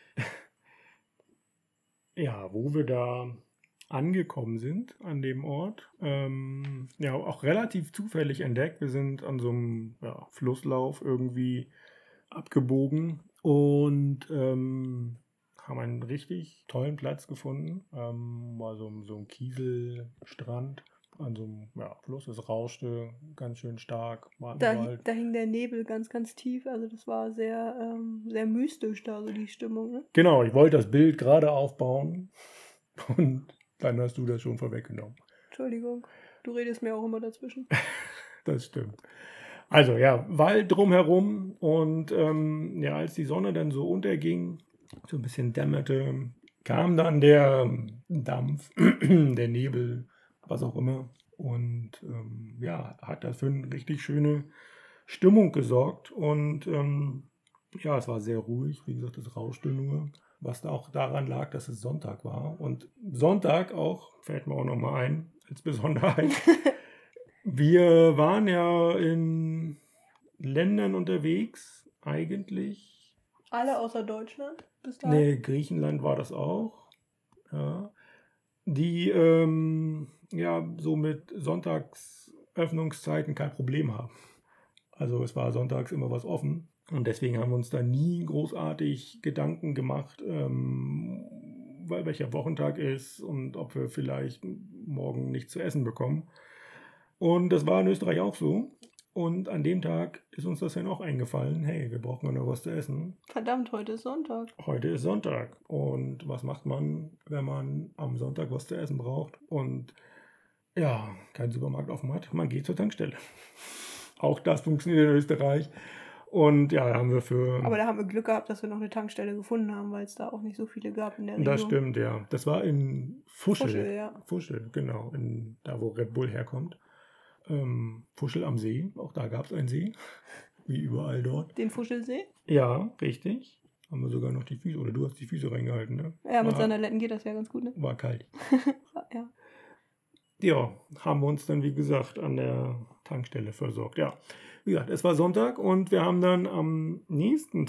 Ja, wo wir da angekommen sind an dem Ort, ja, auch relativ zufällig entdeckt. Wir sind an so einem Flusslauf irgendwie abgebogen und haben einen richtig tollen Platz gefunden. War so ein Kieselstrand an so einem Fluss. Es rauschte ganz schön stark. Da hing der Nebel ganz, ganz tief. Also das war sehr, sehr mystisch da, so die Stimmung. Ne? Genau, ich wollte das Bild gerade aufbauen und dann hast du das schon vorweggenommen. Entschuldigung, du redest mir auch immer dazwischen. Das stimmt. Also ja, Wald drumherum und als die Sonne dann so unterging, so ein bisschen dämmerte, kam dann der Dampf, der Nebel, was auch immer und hat das für eine richtig schöne Stimmung gesorgt und es war sehr ruhig, wie gesagt, es rauschte nur, was auch daran lag, dass es Sonntag war und Sonntag auch, fällt mir auch nochmal ein, als Besonderheit, wir waren ja in Ländern unterwegs, eigentlich. Alle außer Deutschland? Bis dahin? Nee, Griechenland war das auch. Ja. Die so mit Sonntagsöffnungszeiten kein Problem haben. Also es war sonntags immer was offen. Und deswegen haben wir uns da nie großartig Gedanken gemacht, welcher Wochentag ist und ob wir vielleicht morgen nichts zu essen bekommen. Und das war in Österreich auch so. Und an dem Tag ist uns das dann auch eingefallen, hey, wir brauchen ja noch was zu essen. Verdammt, heute ist Sonntag. Heute ist Sonntag. Und was macht man, wenn man am Sonntag was zu essen braucht und keinen Supermarkt offen hat? Man geht zur Tankstelle. Auch das funktioniert in Österreich. Und haben wir Aber da haben wir Glück gehabt, dass wir noch eine Tankstelle gefunden haben, weil es da auch nicht so viele gab in der Region. Das stimmt, ja. Das war in Fuschel. Fuschel, ja. Fuschel, genau. Da, wo Red Bull herkommt. Fuschel am See, auch da gab es einen See, wie überall dort. Den Fuschelsee? Ja, richtig. Haben wir sogar noch die Füße, oder du hast die Füße reingehalten, ne? Ja, mit Sandaletten geht das ja ganz gut, ne? War kalt. Ja. Ja, haben wir uns dann, wie gesagt, an der Tankstelle versorgt. Ja, wie gesagt, es war Sonntag und wir haben dann am nächsten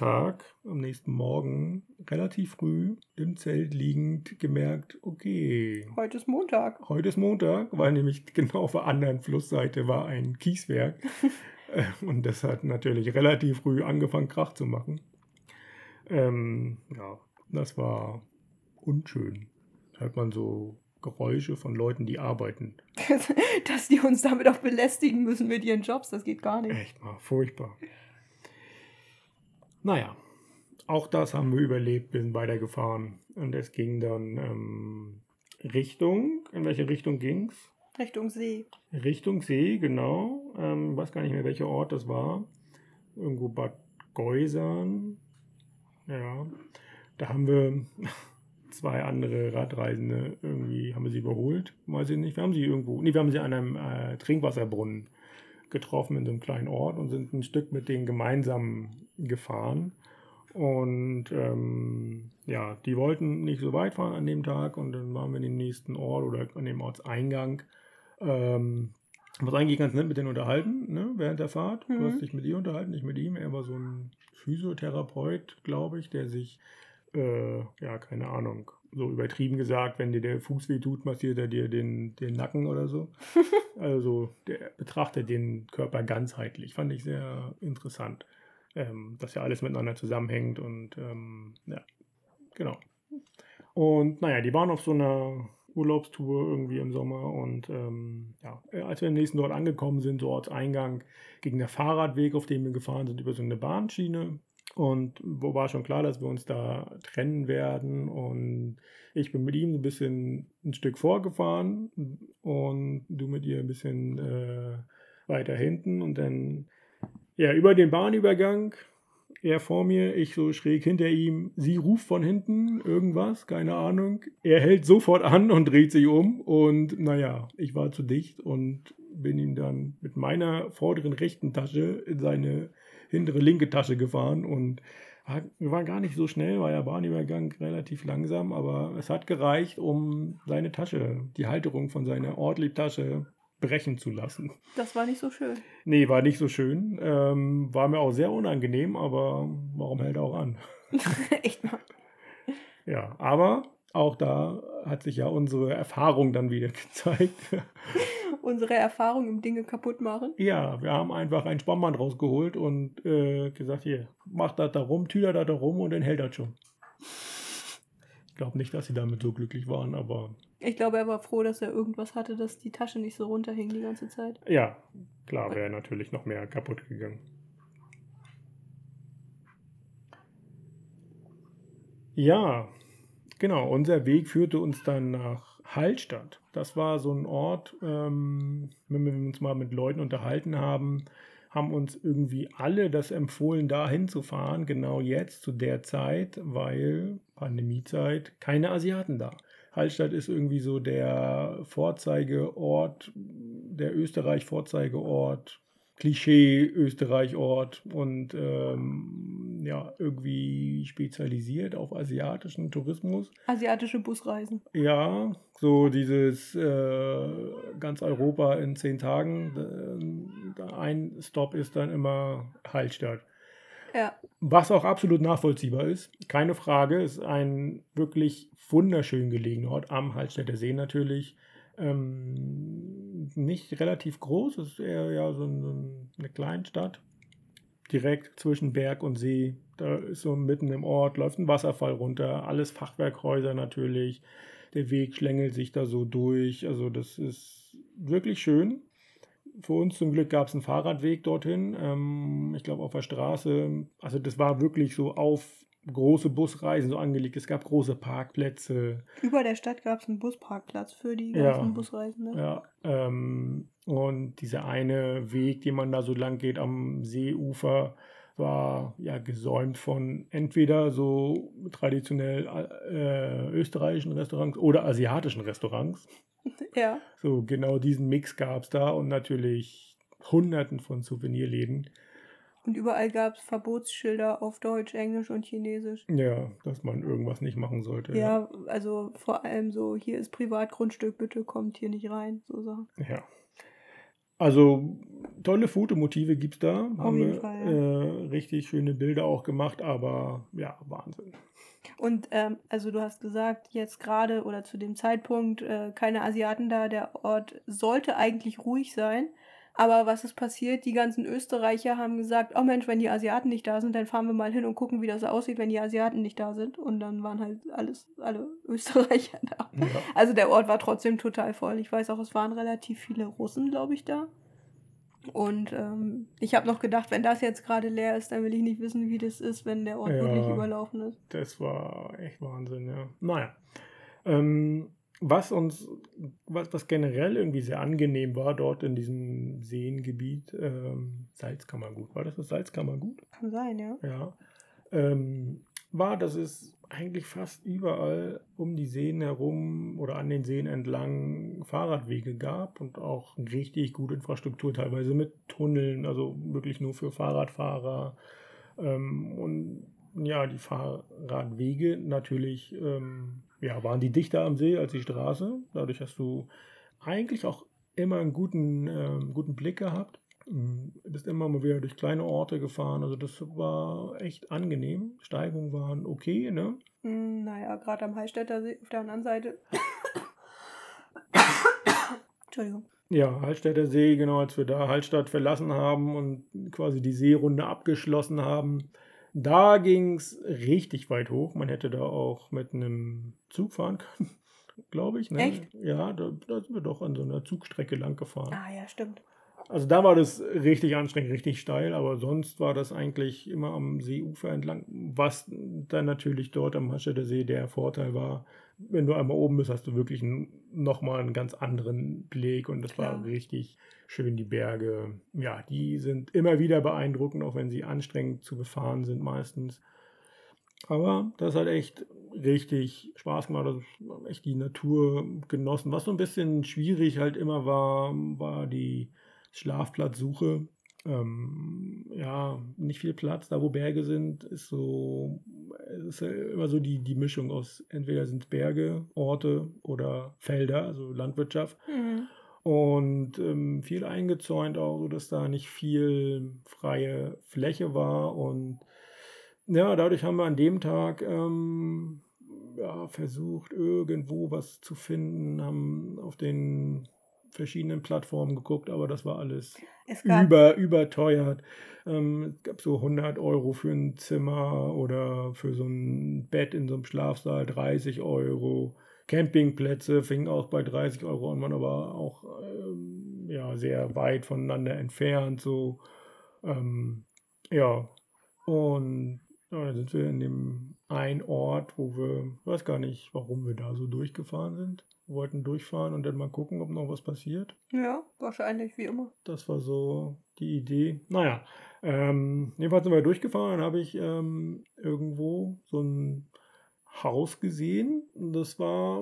Morgen, relativ früh im Zelt liegend gemerkt, okay. Heute ist Montag. Weil nämlich genau auf der anderen Flussseite war ein Kieswerk. Und das hat natürlich relativ früh angefangen, Krach zu machen. Das war unschön. Da hört man so Geräusche von Leuten, die arbeiten. Dass die uns damit auch belästigen müssen mit ihren Jobs, das geht gar nicht. Echt mal, furchtbar. Naja, auch das haben wir überlebt, wir sind weitergefahren. Und es ging dann in welche Richtung ging's? Richtung See. Richtung See, genau. Weiß gar nicht mehr, welcher Ort das war. Irgendwo Bad Geusern. Ja, da haben wir 2 andere Radreisende irgendwie, haben wir sie überholt, weiß ich nicht. Wir haben sie an einem Trinkwasserbrunnen getroffen in so einem kleinen Ort und sind ein Stück mit denen gemeinsam gefahren. Und die wollten nicht so weit fahren an dem Tag und dann waren wir in dem nächsten Ort oder an dem Ortseingang. Was eigentlich ganz nett mit denen unterhalten, ne, während der Fahrt. Du hast dich mit ihr unterhalten, nicht mit ihm. Er war so ein Physiotherapeut, glaube ich, der sich keine Ahnung, so übertrieben gesagt, wenn dir der Fuß weh tut, massiert er dir den Nacken oder so. Also der betrachtet den Körper ganzheitlich. Fand ich sehr interessant, dass ja alles miteinander zusammenhängt und genau. Und die waren auf so einer Urlaubstour irgendwie im Sommer und als wir im nächsten dort angekommen sind, so Ortseingang, ging der Fahrradweg, auf dem wir gefahren sind, über so eine Bahnschiene. Und wo war schon klar, dass wir uns da trennen werden. Und ich bin mit ihm ein Stück vorgefahren und du mit ihr ein bisschen weiter hinten. Und dann über den Bahnübergang, er vor mir, ich so schräg hinter ihm. Sie ruft von hinten irgendwas, keine Ahnung. Er hält sofort an und dreht sich um. Und ich war zu dicht und bin ihm dann mit meiner vorderen rechten Tasche in seine hintere linke Tasche gefahren. Und wir waren gar nicht so schnell, war ja Bahnübergang relativ langsam, aber es hat gereicht, um seine Tasche, die Halterung von seiner Ortlieb-Tasche brechen zu lassen. Das war nicht so schön. Nee, war nicht so schön. War mir auch sehr unangenehm, aber warum hält er auch an? Echt mal. Ja, aber auch da hat sich ja unsere Erfahrung dann wieder gezeigt. Unsere Erfahrung im Dinge kaputt machen? Ja, wir haben einfach ein Spanmband rausgeholt und gesagt, hier, mach das da rum, tüder das da rum und dann hält das schon. Ich glaube nicht, dass sie damit so glücklich waren, aber... Ich glaube, er war froh, dass er irgendwas hatte, dass die Tasche nicht so runterhing die ganze Zeit. Ja, klar, wäre natürlich noch mehr kaputt gegangen. Ja, genau. Unser Weg führte uns dann nach Hallstatt. Das war so ein Ort, wenn wir uns mal mit Leuten unterhalten haben uns irgendwie alle das empfohlen, da hinzufahren, genau jetzt, zu der Zeit, weil Pandemiezeit, keine Asiaten da. Hallstatt ist irgendwie so der Vorzeigeort, der Österreich-Vorzeigeort, Klischee-Österreich-Ort und irgendwie spezialisiert auf asiatischen Tourismus. Asiatische Busreisen. Ja, so dieses ganz Europa in 10 Tagen. Ein Stop ist dann immer Hallstatt. Ja. Was auch absolut nachvollziehbar ist, keine Frage, ist ein wirklich wunderschön gelegener Ort am Hallstätter See natürlich. Nicht relativ groß, ist eher so eine Kleinstadt. Direkt zwischen Berg und See. Da ist so mitten im Ort, läuft ein Wasserfall runter, alles Fachwerkhäuser natürlich. Der Weg schlängelt sich da so durch. Also das ist wirklich schön. Für uns zum Glück gab es einen Fahrradweg dorthin. Ich glaube auf der Straße. Also das war wirklich so auf große Busreisen so angelegt. Es gab große Parkplätze. Über der Stadt gab es einen Busparkplatz für die ganzen Busreisenden. Ja, und dieser eine Weg, den man da so lang geht am Seeufer, war ja gesäumt von entweder so traditionell österreichischen Restaurants oder asiatischen Restaurants. Ja. So genau diesen Mix gab es da und natürlich Hunderten von Souvenirläden. Und überall gab es Verbotsschilder auf Deutsch, Englisch und Chinesisch. Ja, dass man irgendwas nicht machen sollte. Ja, also vor allem so, hier ist Privatgrundstück, bitte kommt hier nicht rein, so Sachen. Ja. Also tolle Fotomotive gibt es da. Auf jeden Fall, ja. Richtig schöne Bilder auch gemacht, aber ja, Wahnsinn. Und also du hast gesagt, jetzt gerade oder zu dem Zeitpunkt keine Asiaten da, der Ort sollte eigentlich ruhig sein. Aber was ist passiert? Die ganzen Österreicher haben gesagt, oh Mensch, wenn die Asiaten nicht da sind, dann fahren wir mal hin und gucken, wie das aussieht, wenn die Asiaten nicht da sind. Und dann waren halt alle Österreicher da. Ja. Also der Ort war trotzdem total voll. Ich weiß auch, es waren relativ viele Russen, glaube ich, da. Und ich habe noch gedacht, wenn das jetzt gerade leer ist, dann will ich nicht wissen, wie das ist, wenn der Ort wirklich überlaufen ist. Das war echt Wahnsinn, ja. Naja. Was generell irgendwie sehr angenehm war dort in diesem Seengebiet, Salzkammergut. War das Salzkammergut? Kann sein, ja. Ja. War, dass es eigentlich fast überall um die Seen herum oder an den Seen entlang Fahrradwege gab und auch richtig gute Infrastruktur, teilweise mit Tunneln, also wirklich nur für Fahrradfahrer. Und ja, die Fahrradwege natürlich waren die dichter am See als die Straße. Dadurch hast du eigentlich auch immer einen guten Blick gehabt. Du bist immer mal wieder durch kleine Orte gefahren. Also das war echt angenehm. Steigungen waren okay, ne? Naja, gerade am Hallstätter See auf der anderen Seite. Entschuldigung. Ja, Hallstätter See, genau, als wir da Hallstatt verlassen haben und quasi die Seerunde abgeschlossen haben, da ging es richtig weit hoch. Man hätte da auch mit einem Zug fahren können, glaube ich. Ne? Echt? Ja, da sind wir doch an so einer Zugstrecke lang gefahren. Ah ja, stimmt. also da war das richtig anstrengend, richtig steil, aber sonst war das eigentlich immer am Seeufer entlang, was dann natürlich dort am Hascheter See der Vorteil war. Wenn du einmal oben bist, hast du wirklich nochmal einen ganz anderen Blick und das war richtig schön, die Berge. Ja, die sind immer wieder beeindruckend, auch wenn sie anstrengend zu befahren sind meistens. Aber das hat echt richtig Spaß gemacht, also echt die Natur genossen. Was so ein bisschen schwierig halt immer war die Schlafplatzsuche. Ja, nicht viel Platz, da wo Berge sind, ist ja immer so die Mischung aus, entweder sind es Berge, Orte oder Felder, also Landwirtschaft. Und viel eingezäunt auch, sodass da nicht viel freie Fläche war. Und ja, dadurch haben wir an dem Tag versucht, irgendwo was zu finden, haben auf den verschiedenen Plattformen geguckt, aber das war alles überteuert. Es gab so 100 Euro für ein Zimmer oder für so ein Bett in so einem Schlafsaal 30 Euro. Campingplätze fingen auch bei 30 Euro an, waren aber auch sehr weit voneinander entfernt. So, ja, und dann sind wir in dem einen Ort, wo ich weiß gar nicht, warum wir da so durchgefahren sind. Wir wollten durchfahren und dann mal gucken, ob noch was passiert. Ja, wahrscheinlich, wie immer. Das war so die Idee. Naja, jedenfalls sind wir durchgefahren, dann habe ich irgendwo so ein Haus gesehen. Das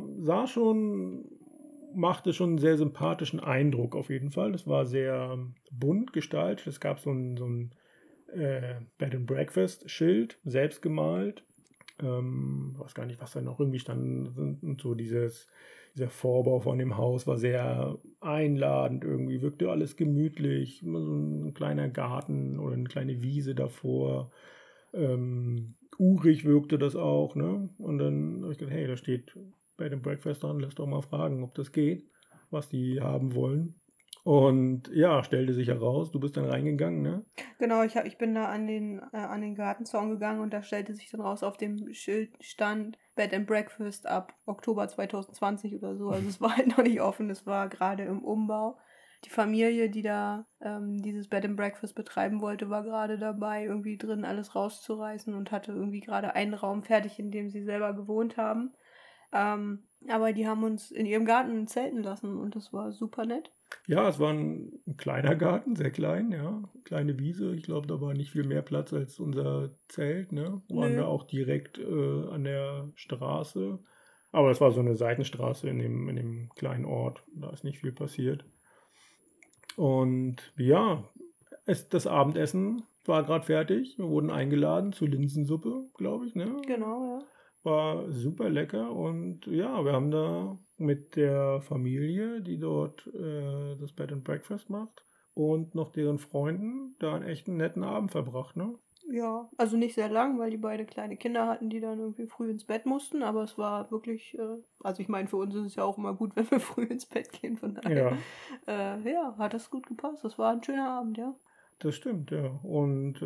machte schon einen sehr sympathischen Eindruck auf jeden Fall. Das war sehr bunt gestaltet. Es gab so ein Bed and Breakfast Schild, selbst gemalt. Weiß gar nicht, was da noch irgendwie stand. Und so dieser Vorbau von dem Haus war sehr einladend irgendwie, wirkte alles gemütlich. Immer so ein kleiner Garten oder eine kleine Wiese davor. Urig wirkte das auch, ne? Und dann habe ich gedacht, hey, da steht Bed and Breakfast dran, lass doch mal fragen, ob das geht, was die haben wollen. Und ja, stellte sich heraus, du bist dann reingegangen, ne? Genau, ich bin da an den Gartenzaun gegangen und da stellte sich dann raus, auf dem Schild stand Bed and Breakfast ab Oktober 2020 oder so. Also es war halt noch nicht offen, es war gerade im Umbau. Die Familie, die da dieses Bed and Breakfast betreiben wollte, war gerade dabei, irgendwie drin alles rauszureißen und hatte irgendwie gerade einen Raum fertig, in dem sie selber gewohnt haben. Aber die haben uns in ihrem Garten zelten lassen und das war super nett. Ja, es war ein kleiner Garten, sehr klein, ja. Kleine Wiese. Ich glaube, da war nicht viel mehr Platz als unser Zelt, ne? Waren wir auch direkt an der Straße. Aber es war so eine Seitenstraße in dem kleinen Ort. Da ist nicht viel passiert. Und ja, das Abendessen war gerade fertig. Wir wurden eingeladen zur Linsensuppe, glaube ich, ne? Genau, ja. War super lecker und ja, wir haben da mit der Familie, die dort das Bed and Breakfast macht und noch deren Freunden da einen echten netten Abend verbracht, ne? Ja, also nicht sehr lang, weil die beide kleine Kinder hatten, die dann irgendwie früh ins Bett mussten, aber es war wirklich, also ich meine, für uns ist es ja auch immer gut, wenn wir früh ins Bett gehen, von daher, ja, hat das gut gepasst. Das war ein schöner Abend, ja. Das stimmt, ja. Und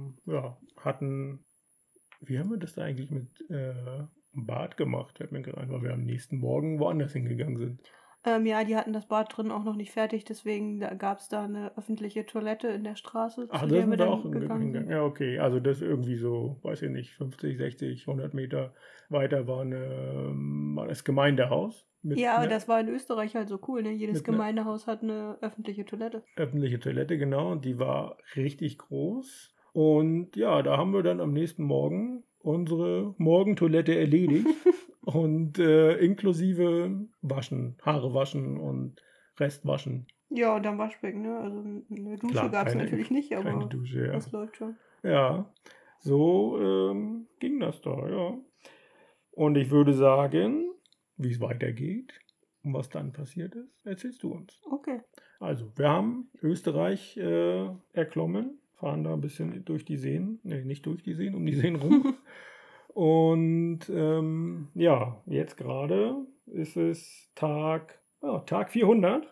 wie haben wir das da eigentlich mit Bad gemacht? Fällt mir gerade ein, weil wir am nächsten Morgen woanders hingegangen sind. Ja, die hatten das Bad drin auch noch nicht fertig, deswegen gab es da eine öffentliche Toilette in der Straße, Ach, zu da der wir sind wir dann auch gegangen sind. Ja, okay. Also das irgendwie so, weiß ich nicht, 50, 60, 100 Meter weiter war das Gemeindehaus. Ja, aber das war in Österreich halt so cool, ne? Jedes mit einer Gemeindehaus hat eine öffentliche Toilette. öffentliche Toilette, genau. Und die war richtig groß. Und ja, da haben wir dann am nächsten Morgen unsere Morgentoilette erledigt. Und inklusive Waschen, Haare waschen und Rest waschen. Ja, und dann Waschbecken, ne? Also eine Dusche gab es natürlich nicht, aber keine Dusche, ja. das läuft schon. Ja, so ging das da, ja. Und ich würde sagen, wie es weitergeht und was dann passiert ist, erzählst du uns. Okay. Also, wir haben Österreich erklommen, fahren da ein bisschen durch die Seen, nicht durch die Seen, um die Seen rum. Und ja, jetzt gerade ist es Tag 400.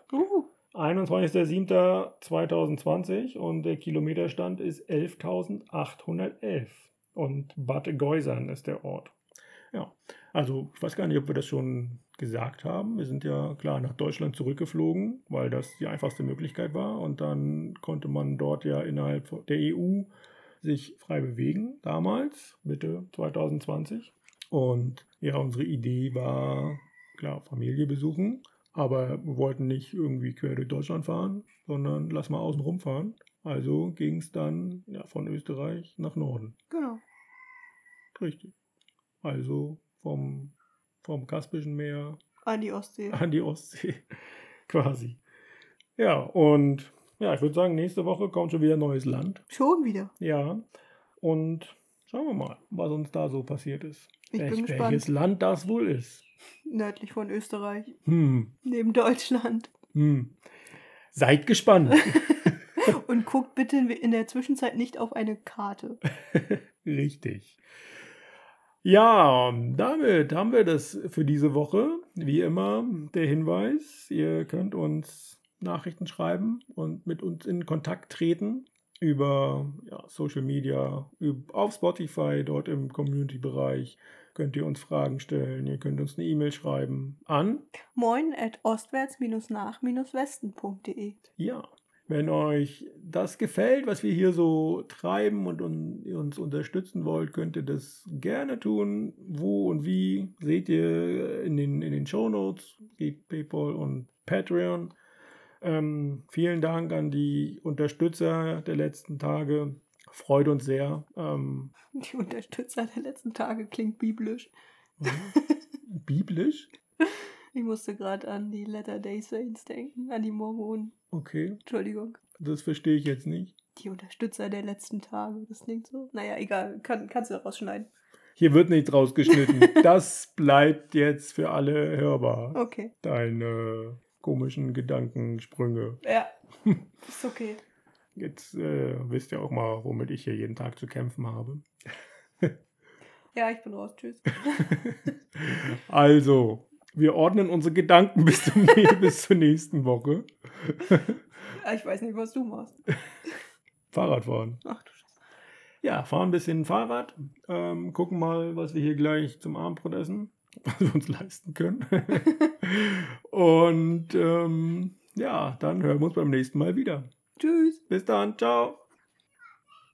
21.07.2020 und der Kilometerstand ist 11.811 und Bad Geusern ist der Ort. Ja, also ich weiß gar nicht, ob wir das schon gesagt haben. Wir sind ja klar nach Deutschland zurückgeflogen, weil das die einfachste Möglichkeit war. Und dann konnte man dort ja innerhalb der EU sich frei bewegen, damals, Mitte 2020. Und ja, unsere Idee war, klar, Familie besuchen. Aber wir wollten nicht irgendwie quer durch Deutschland fahren, sondern lass mal außen rumfahren. Also ging es dann von Österreich nach Norden. Genau. Richtig. Also vom Kaspischen Meer an die Ostsee. An die Ostsee, quasi. Ja, und ja, ich würde sagen, nächste Woche kommt schon wieder ein neues Land. Schon wieder? Ja, und schauen wir mal, was uns da so passiert ist. Ich bin gespannt. Welches Land das wohl ist. Nördlich von Österreich. Neben Deutschland. Seid gespannt. Und guckt bitte in der Zwischenzeit nicht auf eine Karte. Richtig. Ja, damit haben wir das für diese Woche. Wie immer der Hinweis, ihr könnt uns Nachrichten schreiben und mit uns in Kontakt treten über Social Media, auf Spotify, dort im Community-Bereich könnt ihr uns Fragen stellen. Ihr könnt uns eine E-Mail schreiben an moin@ostwärts-nach-westen.de. Ja. Wenn euch das gefällt, was wir hier so treiben und uns unterstützen wollt, könnt ihr das gerne tun. Wo und wie seht ihr in den Shownotes, geht PayPal und Patreon. Vielen Dank an die Unterstützer der letzten Tage. Freut uns sehr. Die Unterstützer der letzten Tage klingt biblisch. Biblisch? Ich musste gerade an die Latter-day Saints denken, an die Mormonen. Okay. Entschuldigung. Das verstehe ich jetzt nicht. Die Unterstützer der letzten Tage, das klingt so. Naja, egal, kannst du rausschneiden. Hier wird nichts rausgeschnitten. Das bleibt jetzt für alle hörbar. Okay. Deine komischen Gedankensprünge. Ja, ist okay. Jetzt wisst ihr auch mal, womit ich hier jeden Tag zu kämpfen habe. Ja, ich bin raus. Tschüss. Also, wir ordnen unsere Gedanken bis zur nächsten Woche. Ich weiß nicht, was du machst. Fahrradfahren. Ach du Scheiße. Ja, fahren ein bisschen Fahrrad. Gucken mal, was wir hier gleich zum Abendbrot essen. Was wir uns leisten können. Und dann hören wir uns beim nächsten Mal wieder. Tschüss. Bis dann. Ciao.